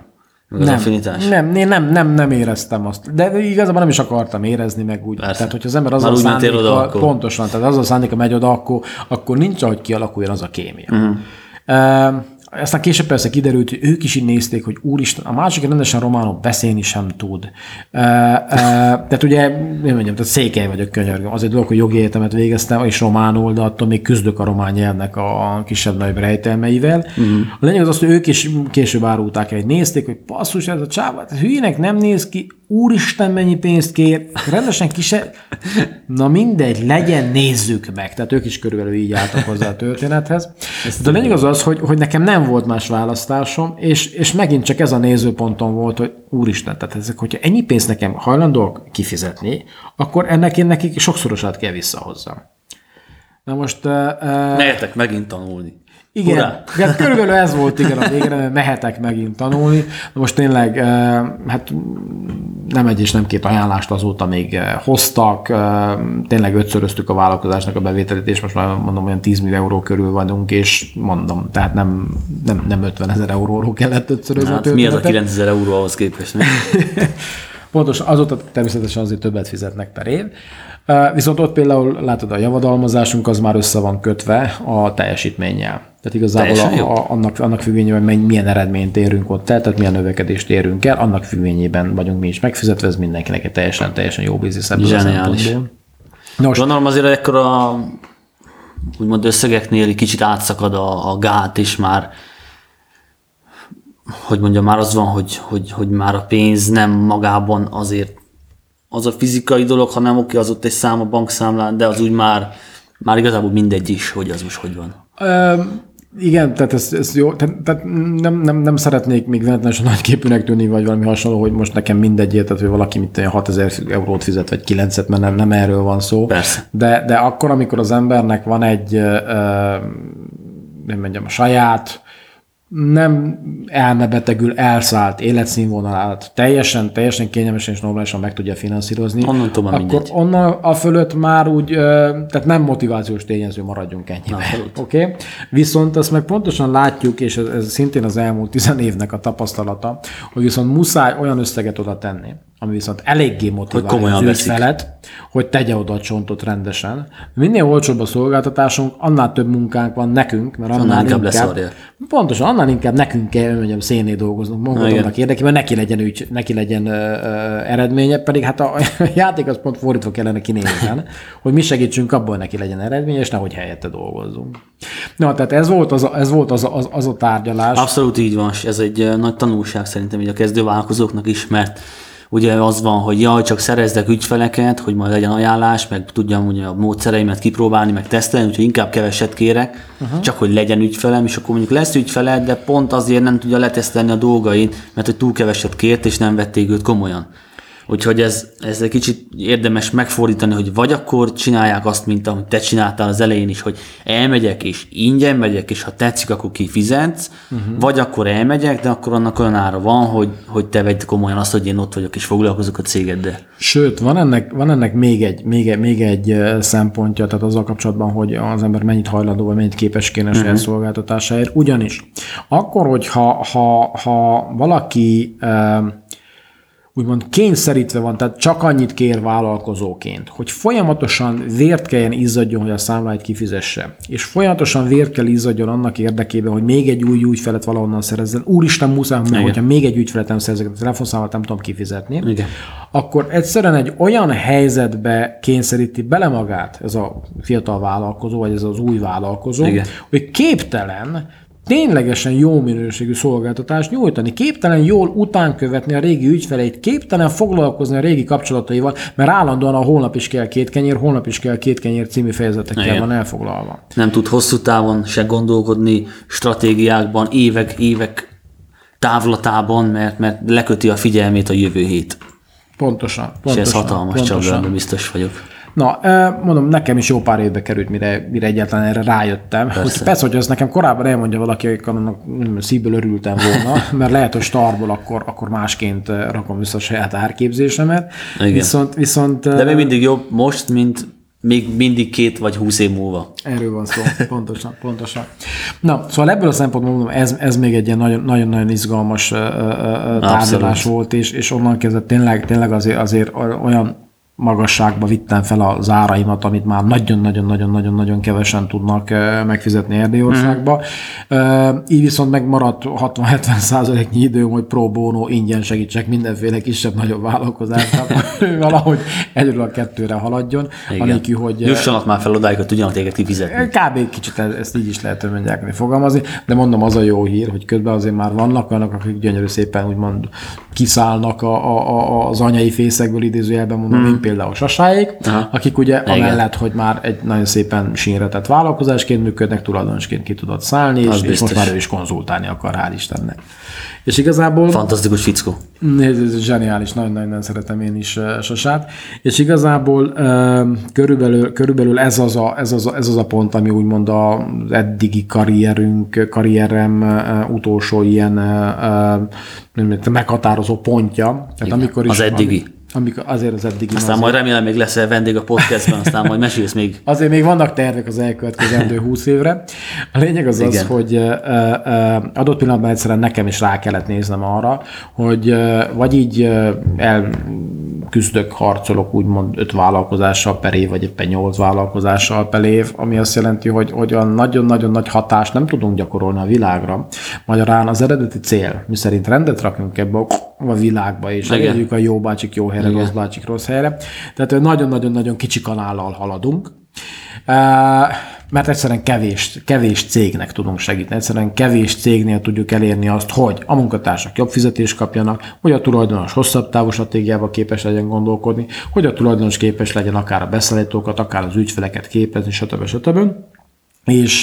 Az affinitás? Nem éreztem azt. De igazából nem is akartam érezni meg úgy. Persze. Tehát, hogyha az ember azzal szándéka, pontosan, tehát azzal szándéka megy oda, akkor nincs, ahogy kialakuljon az a kémia. Aztán később persze kiderült, hogy ők is így nézték, hogy úristen, a másik rendesen románul beszélni sem tud. Tehát ugye, én mondjam, tehát Székely vagyok, könyörgöm. Az egy dolog, hogy jogi egyetemet végeztem, és románul, de attól még küzdök a román nyelvnek a kisebb-nagyobb rejtelmeivel. A lényeg az, hogy ők is később árulták el, hogy nézték, hogy basszus, ez a csávat, hülyének nem néz ki, úristen, mennyi pénzt kér, rendesen Na mindegy, legyen, nézzük meg. Tehát ők is körülbelül így álltak hozzá a történethez. De a lényeg az, hogy nekem nem volt más választásom, és megint csak ez a nézőponton volt, hogy úristen, tehát ezek, hogyha ennyi pénzt nekem hajlandóak kifizetni, akkor ennek én nekik sokszorosát kell visszahozzam. Na most... Mehetek megint tanulni. Igen, hát körülbelül ez volt igen a végre, mert mehetek megint tanulni. Most tényleg, hát nem egy és nem két ajánlást azóta még hoztak, tényleg 5-szöröztük a vállalkozásnak a bevételét, és most már mondom, olyan 10 millió euró körül vagyunk, és mondom, tehát nem 50 000 euróról kellett 5-szörözni. Hát mi az a 9 000 euró ahhoz képest? Pontosan, azóta természetesen azért többet fizetnek per év. Viszont ott például, látod, a javadalmazásunk az már össze van kötve a teljesítménnyel. Tehát igazából annak függvényében milyen eredményt érünk ott el, tehát milyen növekedést érünk el, annak függvényében vagyunk mi is megfizetve, ez mindenkinek egy teljesen jó biznisz ebből a szempontból. Gondolom azért ekkora úgymond összegeknél kicsit átszakad a gát, és már hogy mondjam, már az van, hogy már a pénz nem magában azért az a fizikai dolog, hanem oké, az ott egy szám a bankszámlán, de az úgy már igazából mindegy is, hogy az most hogy van. Igen, tehát ez jó, tehát nem szeretnék még véletlenül nagyképűnek tűnni, vagy valami hasonló, hogy most nekem mindegy, tehát hogy valaki 6 000 eurót fizet, vagy 9-et, mert nem erről van szó. Persze. De akkor, amikor az embernek van egy, nem mondjam, a saját, nem elmebetegül elszállt életszínvonalát teljesen kényelmesen és normálisan meg tudja finanszírozni. Akkor onnan a fölött már úgy, tehát nem motivációs tényező, maradjunk ennyiben. Okay? Viszont azt meg pontosan látjuk, és ez szintén az elmúlt 10 évnek a tapasztalata, hogy viszont muszáj olyan összeget oda tenni, ami viszont eléggé motiválja az ügyfelet, hogy tegye oda a csontot rendesen. Minél olcsóbb a szolgáltatásunk, annál több munkánk van nekünk, mert annál inkább nekünk kell, mondjam, szénné dolgoznunk magunknak érdekében, neki legyen eredménye, pedig hát a játék az pont fordítva kellene kinézzen, hogy mi segítsünk abban, hogy neki legyen eredménye, és nehogy helyette dolgozzunk. Na, tehát ez volt az a tárgyalás. Abszolút így van, és ez egy nagy tanulság szerintem így a kezdővállalkozóknak is, mert ugye az van, hogy jaj, csak szerezzek ügyfeleket, hogy majd legyen ajánlás, meg tudjam ugye a módszereimet kipróbálni, meg tesztelni, úgyhogy inkább keveset kérek, csak hogy legyen ügyfelem, és akkor mondjuk lesz ügyfeled, de pont azért nem tudja letesztelni a dolgait, mert hogy túl keveset kért, és nem vették őt komolyan. Úgyhogy ez egy kicsit érdemes megfordítani, hogy vagy akkor csinálják azt, mint ahogy te csináltál az elején is, hogy elmegyek és ingyen megyek, és ha tetszik, akkor kifizetsz, vagy akkor elmegyek, de akkor annak olyan ára van, hogy te vedd komolyan azt, hogy én ott vagyok és foglalkozok a cégeddel. Sőt, van ennek még egy szempontja, tehát azzal kapcsolatban, hogy az ember mennyit hajlandó, vagy mennyit képes kéne a saját szolgáltatásáért. Ugyanis akkor, hogyha valaki úgymond kényszerítve van, tehát csak annyit kér vállalkozóként, hogy folyamatosan vért kelljen izzadjon, hogy a számláit kifizesse, és folyamatosan vért kell izzadjon annak érdekében, hogy még egy új ügyfelet valahonnan szerezzen. Úristen, muszáj, hogyha még egy ügyfelet nem szerezek, a telefonszámlát nem tudom kifizetni, igen, akkor egyszerűen egy olyan helyzetbe kényszeríti bele magát ez a fiatal vállalkozó, vagy ez az új vállalkozó, igen, hogy képtelen ténylegesen jó minőségű szolgáltatást nyújtani, képtelen jól utánkövetni a régi ügyfeleit, képtelen foglalkozni a régi kapcsolataival, mert állandóan a holnap is kell 2 kenyér, holnap is kell 2 kenyér című fejezetekkel van elfoglalva. Nem tud hosszú távon se gondolkodni, stratégiákban, évek távlatában, mert leköti a figyelmét a jövő hét. Pontosan. És ez hatalmas csapda, biztos vagyok. Na, mondom, nekem is jó pár évbe került, mire egyáltalán erre rájöttem. Persze, hogy ezt nekem korábban elmondja valaki, akkor annak szívből örültem volna, mert lehet, hogy startból akkor másként rakom vissza a saját árképzésemet. Viszont de még mindig jobb most, mint még mindig 2 vagy 20 év múlva. Erről van szó, pontosan. Na, szóval ebből a szempontból mondom, ez még egy ilyen nagyon-nagyon izgalmas tárgyalás volt, és onnan kezdve tényleg azért olyan magasságba vittem fel az áraimat, amit már nagyon-nagyon kevesen tudnak megfizetni Erdélyországba. Így viszont megmaradt 60-70%-nyi időm, hogy pro bono ingyen segítsek mindenféle kisebb-nagyobb vállalkozásnak, valahogy egyről a kettőre haladjon. Anélkül, hogy jussanak már fel odáig, hogy tudjanak téged kifizetni. Kb. Kicsit ezt így is lehet önmegyákni fogalmazni, de mondom, az a jó hír, hogy közben azért már vannak olyanok, akik gyönyörű szépen úgymond kiszállnak az anyai fészekből, idézőjelben mondom, például Sasáék, akik ugye amellett, hogy már egy nagyon szépen sínretett vállalkozásként működnek, tulajdonosként ki tudott szállni, és most már ő is konzultálni akar, hál' Istennek. És igazából... Fantasztikus fickó. Ez zseniális, nagyon-nagyon szeretem én is Sasát, és igazából körülbelül ez az a pont, ami úgymond az eddigi karrierem utolsó ilyen meghatározó pontja. Tehát amikor is, az eddigi. Azért az eddigi. Aztán majd remélem még leszel vendég a podcastben, aztán majd mesélsz még. Azért még vannak tervek az elkövetkezendő 20 évre. A lényeg az, hogy adott pillanatban egyszerűen nekem is rá kellett néznem arra, hogy vagy így elküzdök, harcolok úgymond 5 vállalkozással per év, vagy éppen 8 vállalkozással per év, ami azt jelenti, hogy olyan nagyon-nagyon nagy hatást nem tudunk gyakorolni a világra. Magyarán az eredeti cél, miszerint rendet rakunk ebbe a világba, és elérjük a jó bácsik jó helyre, rossz bácsik rossz helyre. Tehát nagyon-nagyon-nagyon kicsi kanállal haladunk, mert egyszerűen kevés cégnek tudunk segíteni. Egyszerűen kevés cégnél tudjuk elérni azt, hogy a munkatársak jobb fizetést kapjanak, hogy a tulajdonos hosszabb távú stratégiába képes legyen gondolkodni, hogy a tulajdonos képes legyen akár a beszállítókat, akár az ügyfeleket képezni, stb. És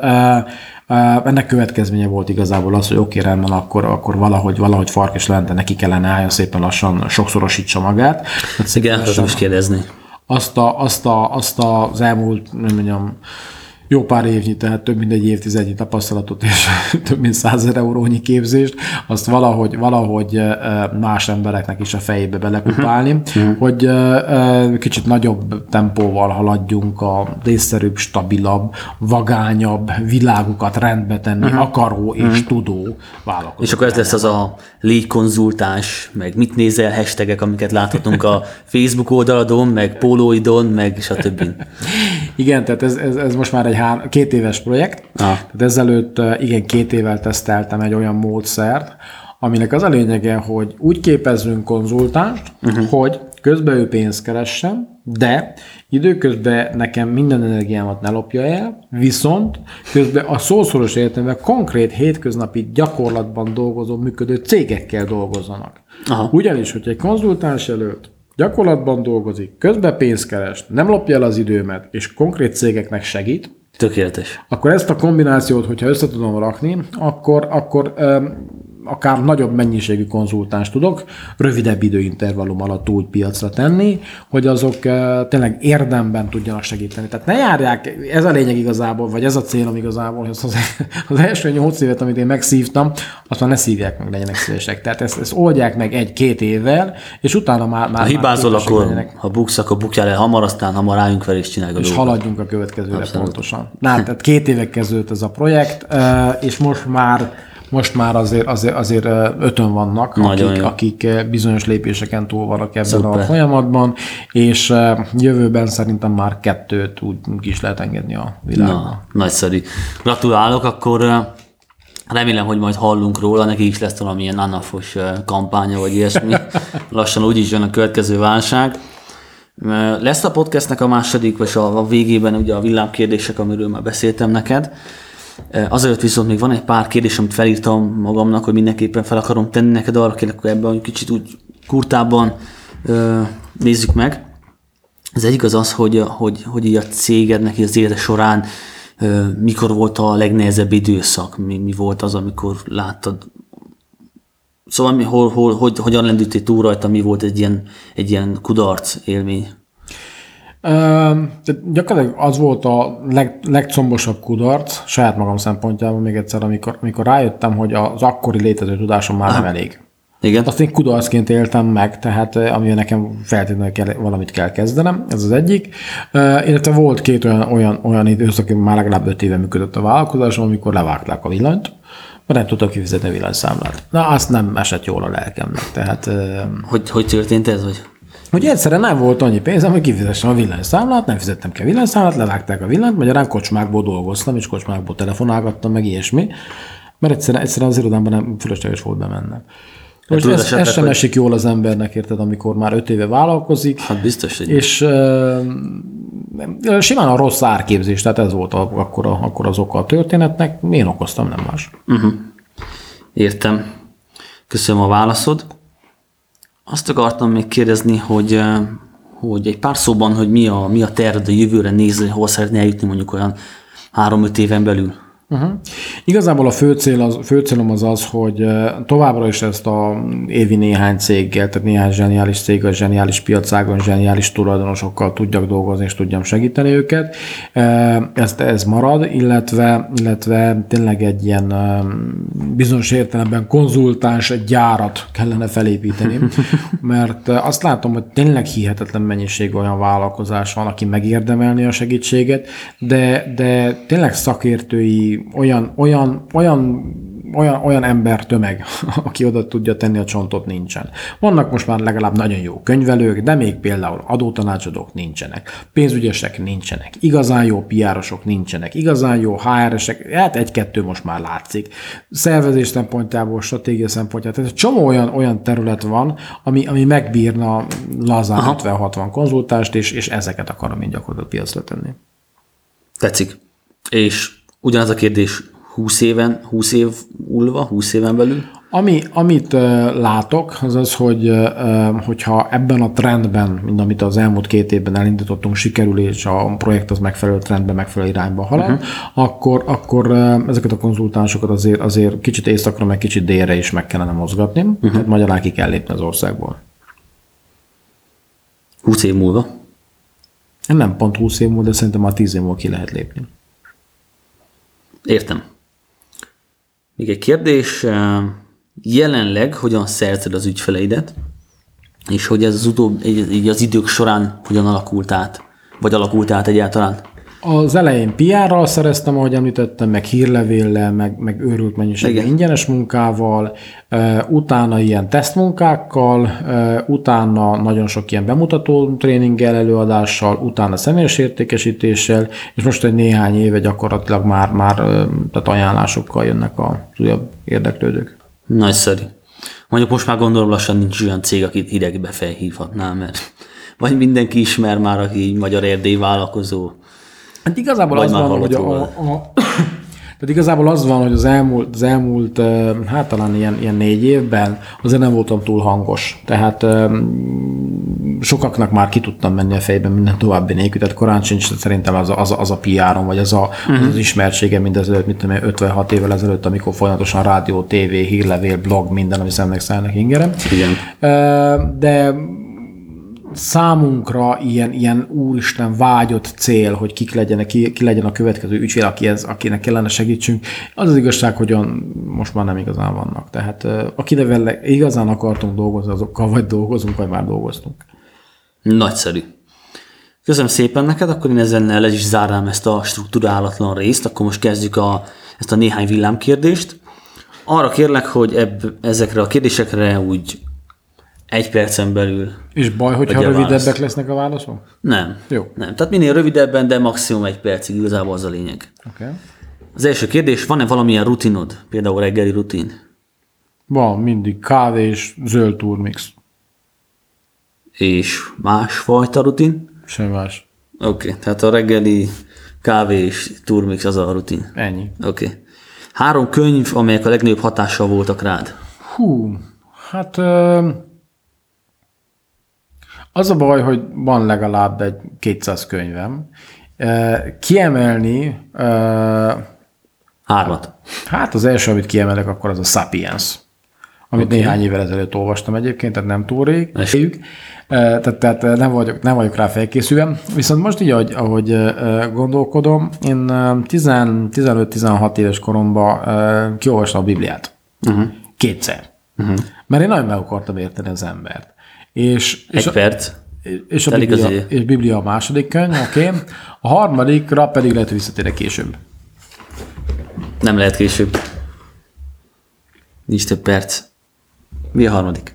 ennek következménye volt igazából az, hogy oké, rendben, akkor valahogy fark és lente neki kellene álljon szépen lassan, sokszorosítsa magát. Igen, tudom is kérdezni. Azt az elmúlt, nem mondjam, jó pár évnyi, tehát több mint egy évtizednyi tapasztalatot és több mint 100 000 eurónyi képzést, azt valahogy más embereknek is a fejébe belekupálni, hogy kicsit nagyobb tempóval haladjunk a észszerűbb, stabilabb, vagányabb világukat rendbe tenni akaró és tudó vállalkozók. És akkor ez lesz az a légy konzultás, meg mit nézel hashtagek, amiket láthatunk a Facebook oldaladon, meg pólóidon, meg stb. Igen, tehát ez most már egy 2 éves projekt. Tehát ezelőtt 2 évvel teszteltem egy olyan módszert, aminek az a lényege, hogy úgy képezzünk konzultást, hogy közben ő pénzt keressen, de időközben nekem minden energiámat ne lopja el, viszont közben a szószoros értelemben konkrét hétköznapi gyakorlatban dolgozó, működő cégekkel dolgozzanak. Ugyanis, hogy egy konzultáns előtt gyakorlatban dolgozik, közben pénzt keres, nem lopja el az időmet, és konkrét cégeknek segít, tökéletes. Akkor ezt a kombinációt, hogyha össze tudom rakni, akkor akár nagyobb mennyiségű konzultáns tudok rövidebb időintervallum alatt úgy piacra tenni, hogy azok tényleg érdemben tudjanak segíteni. Tehát ne járják, ez a lényeg igazából, vagy ez a célom igazából, hogy az első 8 évet, amit én megszívtam, azt már ne szívják meg, legyenek szívesek. Tehát ezt oldják meg 1-2 évvel, és utána már ha hibázol, akkor ha buksz, akkor bukjál el hamar, aztán hamar álljunk fel, és csináljuk a dolgot. És haladjunk a következőre pontosan. Tehát 2 évek kezdődött ez a projekt, és most már azért 5-ön vannak, akik bizonyos lépéseken túl vannak ebben a folyamatban, és jövőben szerintem már 2-t úgy is lehet engedni a világban. Nagyszerű. Gratulálok, akkor remélem, hogy majd hallunk róla, neki is lesz valamilyen annafos kampánya, vagy ilyesmi. Lassan úgyis jön a következő válság. Lesz a podcastnek a második, vagy a végében ugye a villámkérdések, amiről már beszéltem neked. Azelőtt viszont még van egy pár kérdés, amit felírtam magamnak, hogy mindenképpen fel akarom tenni neked, arra kérlek, hogy ebben kicsit úgy kurtában nézzük meg. Az egyik az, hogy így a cégednek az élete során mikor volt a legnehezebb időszak, mi volt az, amikor láttad. Szóval hogyan lendültél túl rajta, mi volt egy ilyen kudarc élmény? Gyakorlatilag az volt a legcombosabb kudarc saját magam szempontjából még egyszer, amikor rájöttem, hogy az akkori létező tudásom már nem elég. Igen. Azt én kudarcként éltem meg, tehát amivel nekem feltétlenül valamit kell kezdenem, ez az egyik. Illetve volt két olyan időszak, már legalább 5 éve működött a vállalkozásom, amikor levágták a villanyt, mert nem tudtam kifizetni a villanyszámlát. Na, azt nem esett jól a lelkemnek. Tehát, Hogy történt ez? hogy egyszerűen nem volt annyi pénzem, hogy kifizessem a villanyszámlát, nem fizettem ki a villanyszámlát, levágták a villanyt, magyarán kocsmákból dolgoztam, és kocsmákból telefonálgattam, meg ilyesmi, mert egyszerűen az irodámban nem fölösleges volt bemennem. Most ez sem esik jól az embernek, érted, amikor már 5 éve vállalkozik. Hát biztos, hogy és simán a rossz árképzés, tehát ez volt akkor az oka a történetnek. Én okoztam, nem más. Értem. Köszönöm a válaszod. Azt akartam még kérdezni, hogy egy pár szóban, hogy mi a terved a jövőre nézve, hol szeretnél eljutni mondjuk olyan 3-5 éven belül? Igazából a fő célom az, hogy továbbra is ezt a évi néhány céggel, tehát néhány zseniális céggel, zseniális piacágon, zseniális tulajdonosokkal tudjak dolgozni, és tudjam segíteni őket. Ez marad, illetve tényleg egy ilyen bizonyos értelemben konzultáns gyárat kellene felépíteni, mert azt látom, hogy tényleg hihetetlen mennyiség olyan vállalkozás van, aki megérdemelni a segítséget, de tényleg szakértői olyan embertömeg, aki oda tudja tenni a csontot, nincsen. Vannak most már legalább nagyon jó könyvelők, de még például adótanácsadók nincsenek, pénzügyesek nincsenek, igazán jó PR-osok nincsenek, igazán jó HR-esek, hát 1-2 most már látszik. Szervezés szempontjából, stratégia szempontjából, tehát egy csomó olyan terület van, ami megbírna lazán 50-60 konzultást, és ezeket akarom én gyakorlatilag piacra tenni. Tetszik. És ugyanaz a kérdés 20 év múlva, 20 éven belül? Amit látok, az az, hogyha ebben a trendben, mint amit az elmúlt 2 évben elindítottunk, sikerül, és a projekt az megfelelő trendben, megfelelő irányba halad, akkor ezeket a konzultánsokat azért kicsit északra, meg kicsit délre is meg kellene mozgatni. Tehát magyarán ki kell lépni az országból. 20 év múlva? Nem pont 20 év múlva, de szerintem már 10 év múlva ki lehet lépni. Értem. Még egy kérdés. Jelenleg hogyan szerzed az ügyfeleidet, és hogy ez így az idők során hogyan alakult át, vagy alakult át egyáltalán? Az elején PR-ral szereztem, ahogy említettem, meg hírlevéllel, meg őrült mennyiségben ingyenes munkával, utána ilyen tesztmunkákkal, utána nagyon sok ilyen bemutató tréninggel, előadással, utána személyes értékesítéssel, és most egy néhány éve gyakorlatilag már tehát ajánlásokkal jönnek az újabb érdeklődők. Nagyszerű. Mondjuk most már gondolom lassan nincs olyan cég, akit hidegbe felhívhatnál, mert vagy mindenki ismer már, aki így magyar-erdélyi vállalkozó. Hát igazából az van, hogy tehát igazából az van, hogy az elmúlt hát talán ilyen 4 évben azért nem voltam túl hangos. Tehát sokaknak már ki tudtam menni a fejben minden további nélkül, tehát korán sincs szerintem az a PR-om, vagy az ismertségem mindezelőtt, mint 56 évvel ezelőtt, amikor folyamatosan rádió, tévé, hírlevél, blog, minden, ami szemnek szállnak ingerem. Igen. De számunkra ilyen úristen vágyott cél, hogy ki legyen a következő ügyfél, akinek kellene segítsünk, az igazság, hogy most már nem igazán vannak. Tehát akivel igazán akartunk dolgozni, azokkal vagy dolgozunk, vagy már dolgoztunk. Nagyszerű. Köszönöm szépen neked, akkor én ezzel el is zárnám ezt a strukturálatlan részt, akkor most kezdjük ezt a néhány villámkérdést. Arra kérlek, hogy ezekre a kérdésekre úgy 1 percen belül. És baj, hogyha rövidebbek lesznek a válaszok? Nem. Jó. Nem. Tehát minél rövidebben, de maximum 1 percig, igazából az a lényeg. Okay. Az első kérdés, van-e valamilyen rutinod? Például reggeli rutin? Van, mindig kávé és zöld turmix. És másfajta rutin? Semmi más. Oké, tehát a reggeli kávé és turmix az a rutin. Ennyi. Oké. 3 könyv, amelyek a legnagyobb hatással voltak rád? Hát az a baj, hogy van legalább egy 200 könyvem. Kiemelni... 3. Hát az első, amit kiemelek, akkor az a Sapiens, amit néhány évvel ezelőtt olvastam egyébként, tehát nem túl rég. Tehát nem vagyok rá felkészülve. Viszont most így, ahogy gondolkodom, én 15-16 éves koromban kiolvastam a Bibliát. 2-szer. Mert én nagyon meg akartam érteni az embert. Egy perc. És a Biblia a második könyv, oké. A harmadikra pedig lehet, hogy visszatérek később. Nem lehet később. Nincs több perc. Mi a harmadik?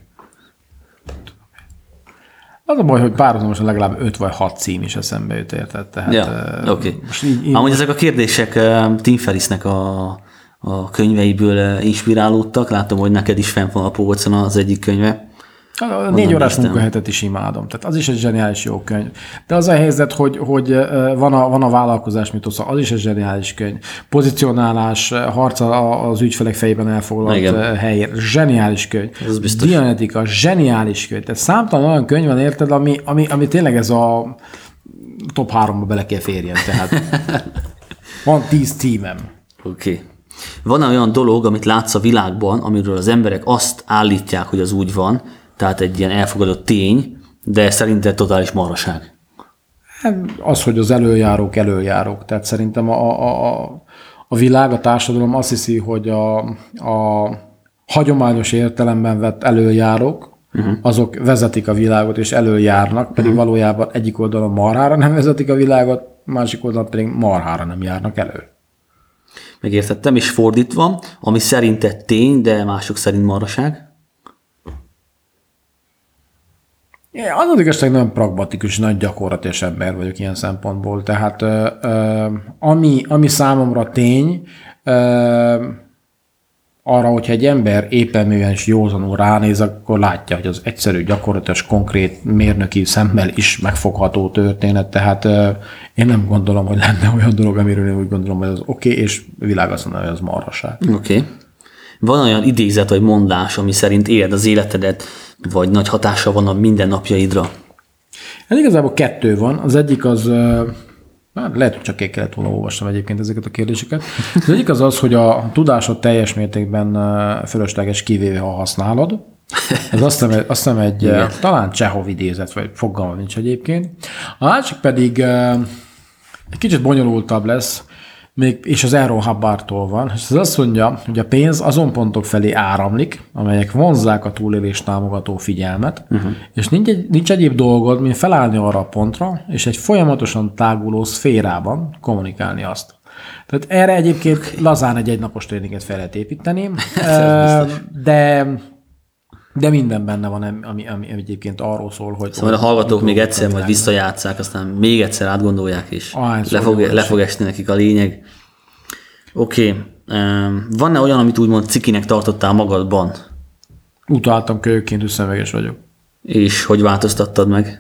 Az a baj, hogy párhuzamosan legalább 5 vagy 6 cím is eszembe jut, érted? Tehát, ja, oké. Amúgy ezek a kérdések Tim Ferrissnek a könyveiből inspirálódtak. Látom, hogy neked is fenn van a polcon az egyik könyve. A 4 órás munkahetet is imádom. Tehát az is egy zseniális jó könyv. De az a helyzet, hogy van a vállalkozás mitosza, az is egy zseniális könyv. Pozicionálás, harca az ügyfelek fejében elfoglalt helyért. Zseniális könyv. Dianetika, zseniális könyv. Tehát számtalan olyan könyv van, érted, ami tényleg ez a top 3-ba bele kell férjen. Tehát van 10 címem. Oké. Van olyan dolog, amit látsz a világban, amiről az emberek azt állítják, hogy az úgy van, tehát egy ilyen elfogadott tény, de szerinted totális marhaság. Az, hogy az előjárók. Tehát szerintem a világ, a társadalom azt hiszi, hogy a hagyományos értelemben vett előjárók, azok vezetik a világot és előjárnak, pedig valójában egyik oldalon marhára nem vezetik a világot, másik oldalon pedig marhára nem járnak elő. Megértettem, és fordítva, ami szerinted tény, de mások szerint marhaság? Az igazság nagyon pragmatikus, nagy gyakorlatilag ember vagyok ilyen szempontból. Tehát ami számomra tény, arra, hogyha egy ember éppenműen és józanul ránéz, akkor látja, hogy az egyszerű, gyakorlatilag konkrét mérnöki szemmel is megfogható történet. Tehát én nem gondolom, hogy lenne olyan dolog, amiről én úgy gondolom, hogy az oké, és a világ azt mondja, hogy az marhaság. Oké. Van olyan idézet vagy mondás, ami szerint éled az életedet, vagy nagy hatása van a mindennapjaidra? Hát igazából 2 van. Az egyik az, lehet, hogy csak kellett volna olvastam egyébként ezeket a kérdéseket. Az egyik az, hogy a tudásod teljes mértékben fölösleges, kivéve, ha használod. Ez azt hiszem egy talán Csehov idézet, vagy fogalmam nincs egyébként. A másik pedig egy kicsit bonyolultabb lesz, és az Errol Hubbardtól van, és ez azt mondja, hogy a pénz azon pontok felé áramlik, amelyek vonzzák a túlélést támogató figyelmet, és nincs egyéb dolgod, mint felállni arra a pontra, és egy folyamatosan táguló szférában kommunikálni azt. Tehát erre egyébként lazán egy egynapos tréninget fel lehet építeni, de minden benne van, ami egyébként arról szól, hogy... Szóval a hallgatók még egyszer majd visszajátsszák, aztán még egyszer átgondolják, és le fog esni nekik a lényeg. Oké. Van-e olyan, amit úgymond cikinek tartottál magadban? Utáltam kölyökként, szemüveges vagyok. És hogy változtattad meg?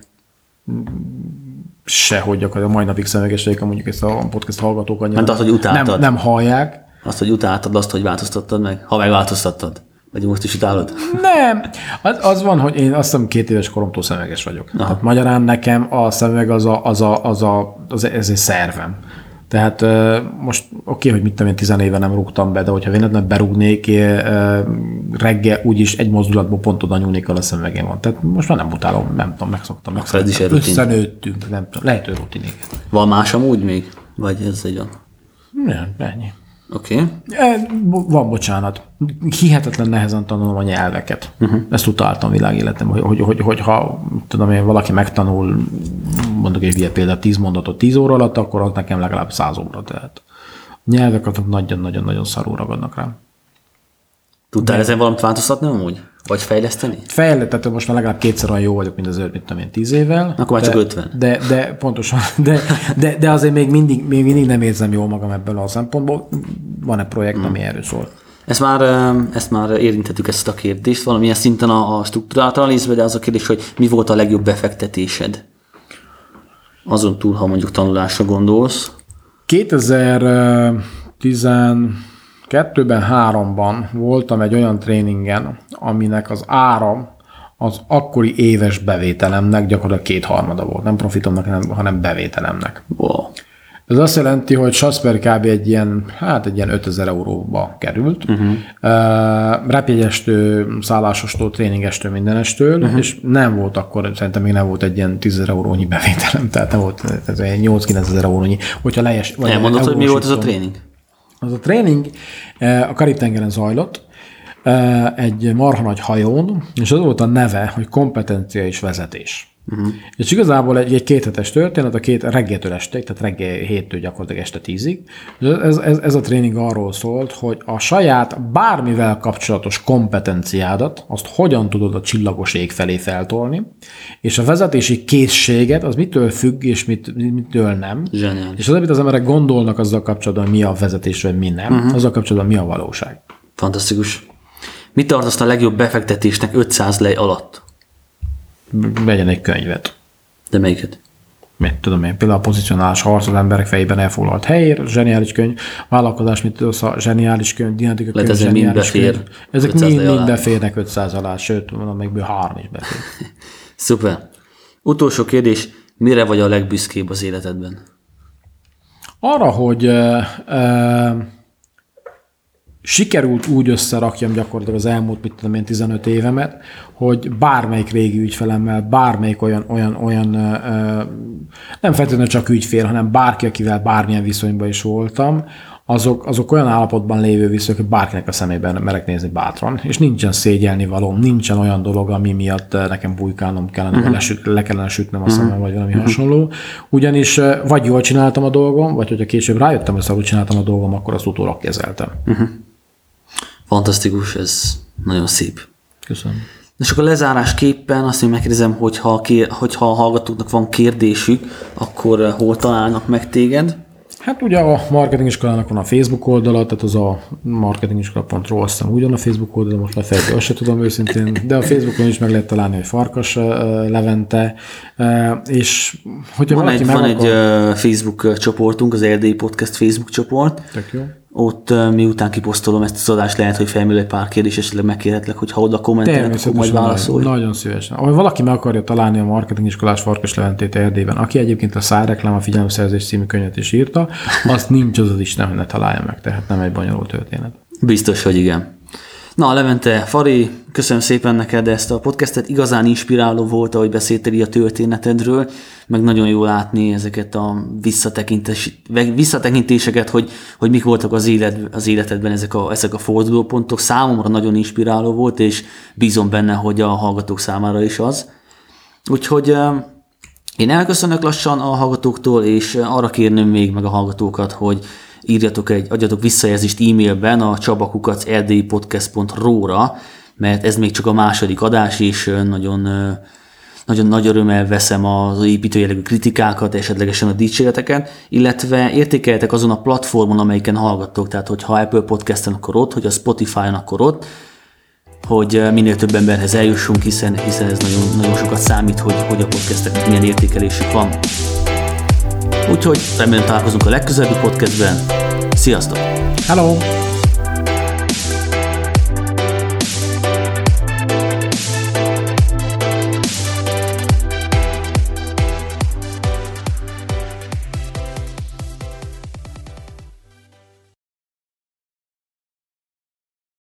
Sehogy gyakorlatilag mai napig szemüveges vagyok, mondjuk ezt a podcast hallgatók annyira azt, hogy utáltad. Nem hallják. Azt, hogy utáltad, azt, hogy változtattad meg? Ha megváltoztattad? Vagy most is utálod? Nem. Az van, hogy én azt hiszem 2 éves koromtól szemüveges vagyok. Tehát magyarán nekem a szemüveg ez egy szervem. Tehát most oké, hogy mit tudom én 10 éve nem rúgtam be, de hogyha véletlenül berúgnék, reggel úgyis egy mozdulatból pont oda nyúlnék, a szemüvegén van. Tehát most már nem utálom, nem tudom, megszoktam. Összenőttünk, nem tudom, lehet, hogy rutinék. Van más amúgy még? Vagy ez egy olyan? Nem, ennyi. Oké. Van, bocsánat. Hihetetlen nehezen tanulom a nyelveket. Ezt utáltam világéletem, hogy ha tudom én, valaki megtanul, mondok egy ilyen példát, 10 mondatot 10 óra alatt, akkor az nekem legalább 100 óra. Tehát nyelvek nagyon-nagyon-nagyon szarul ragadnak rám. Tudtál ezen valamit változtatni amúgy? Vagy fejleszteni? Tehát most már legalább 2-szer olyan jó vagyok, mint az előtt, mint tudom én 10 évvel. Akkor már csak 50. De pontosan. De azért még mindig nem érzem jól magam ebből a szempontból. Van egy projekt, ami erről szól. Ezt már érintettük ezt a kérdést valamilyen szinten a struktúráltal nézve, de az a kérdés, hogy mi volt a legjobb befektetésed? Azon túl, ha mondjuk tanulásra gondolsz. 2012-ben, 3-ban voltam egy olyan tréningen, aminek az ára az akkori éves bevételemnek gyakorlatilag 2/3 volt. Nem profitomnak, hanem bevételemnek. Wow. Ez azt jelenti, hogy Sasper kb. egy ilyen 5000 euróba került. Repjegyestől, szállásostól, tréningestől, mindenestől, és nem volt akkor, szerintem még nem volt egy ilyen 10 000 eurónyi bevételem, tehát nem volt 8-9 ezer eurónyi. Elmondod, hogy mi volt ez a tréning? Az a tréning a Karib-tengeren zajlott. egy marha nagy hajón, és az volt a neve, hogy kompetencia és vezetés. És igazából egy 2 hetes történet, a 2 reggeltől estig, tehát reggel 7-től gyakorlatilag este 10-ig. Ez a tréning arról szólt, hogy a saját bármivel kapcsolatos kompetenciádat, azt hogyan tudod a csillagos ég felé feltolni, és a vezetési készséget, az mitől függ, és mitől nem. Zseniális. És az, amit az emberek gondolnak azzal kapcsolatban, mi a vezetés, vagy mi nem, azzal kapcsolatban mi a valóság. Fantasztikus. Mit tartasz a legjobb befektetésnek 500 lej alatt? Vegyen egy könyvet. De melyiket? Mit tudom én, például a pozicionálás harc az emberek fejében elfoglalt helyér, zseniális könyv, vállalkozás, mit tudsz, a zseniális könyv, dinamika könyv, zseniális könyv. Ezek mind beférnek 500 alá, sőt, mondom, még 3 is befér. Szuper. Utolsó kérdés, mire vagy a legbüszkébb az életedben? Arra, hogy sikerült úgy összerakjam gyakorlatilag az elmúlt, mit tudom én, 15 évemet, hogy bármelyik régi ügyfelemmel, bármelyik olyan nem feltétlenül csak ügyfél, hanem bárki, akivel bármilyen viszonyban is voltam, azok olyan állapotban lévő viszonyok, hogy bárkinek a szemében merek nézni bátran, és nincsen szégyelni valóm, nincsen olyan dolog, ami miatt nekem bujkálnom kellene, vagy le kellene sütnem a szemem, vagy valami hasonló. Ugyanis vagy jól csináltam a dolgom, vagy hogyha később rájöttem, hogy szarul csináltam a dolgom, akkor azt utólag kezeltem. Fantasztikus, ez nagyon szép. Köszönöm. És akkor lezárásképpen azt még megkérdezem, hogyha a hallgatóknak van kérdésük, akkor hol találnak meg téged? Hát ugye a marketingiskolának van a Facebook oldala, tehát az a marketingiskola.ro, azt hiszem úgy van a Facebook oldala, most lefejtő, azt sem tudom őszintén, de a Facebookon is meg lehet találni, hogy Farkas Levente, és hogyha van egy Facebook csoportunk, az Erdélyi Podcast Facebook csoport. Tök jó. Ott miután kiposztolom ezt az adást, lehet, hogy felmerül egy pár kérdés, esetleg megkérhetlek, hogy ha oda kommentelnek, akkor majd válaszolj. Nagyon szívesen. Ha valaki meg akarja találni a marketingiskolás Farkas Leventét Erdélyben, aki egyébként a Szárreklám, a Figyelemszerzés című könyvet is írta, azt nincs az Isten, hogy ne találja meg, tehát nem egy bonyolult történet. Biztos, hogy igen. Na, Levente, Fari, köszönöm szépen neked ezt a podcastet. Igazán inspiráló volt, ahogy beszéltél a történetedről, meg nagyon jó látni ezeket a visszatekintéseket, hogy mik voltak az életedben ezek a fordulópontok. Számomra nagyon inspiráló volt, és bízom benne, hogy a hallgatók számára is az. Úgyhogy én elköszönök lassan a hallgatóktól, és arra kérném még meg a hallgatókat, hogy adjatok visszajelzést e-mailben a csabakukac@erdelyipodcast.ro-ra, mert ez még csak a második adás, és nagyon nagy örömmel veszem az építőjellegű kritikákat, esetlegesen a dicséreteket, illetve értékeljetek azon a platformon, amelyiken hallgattok, tehát hogyha Apple Podcasten, akkor ott, hogy a Spotify-on, akkor ott, hogy minél több emberhez eljussunk, hiszen ez nagyon, nagyon sokat számít, hogy a podcasteknek milyen értékelésük van. Úgyhogy remélem találkozunk a legközelebbi podcastben. Sziasztok! Hello!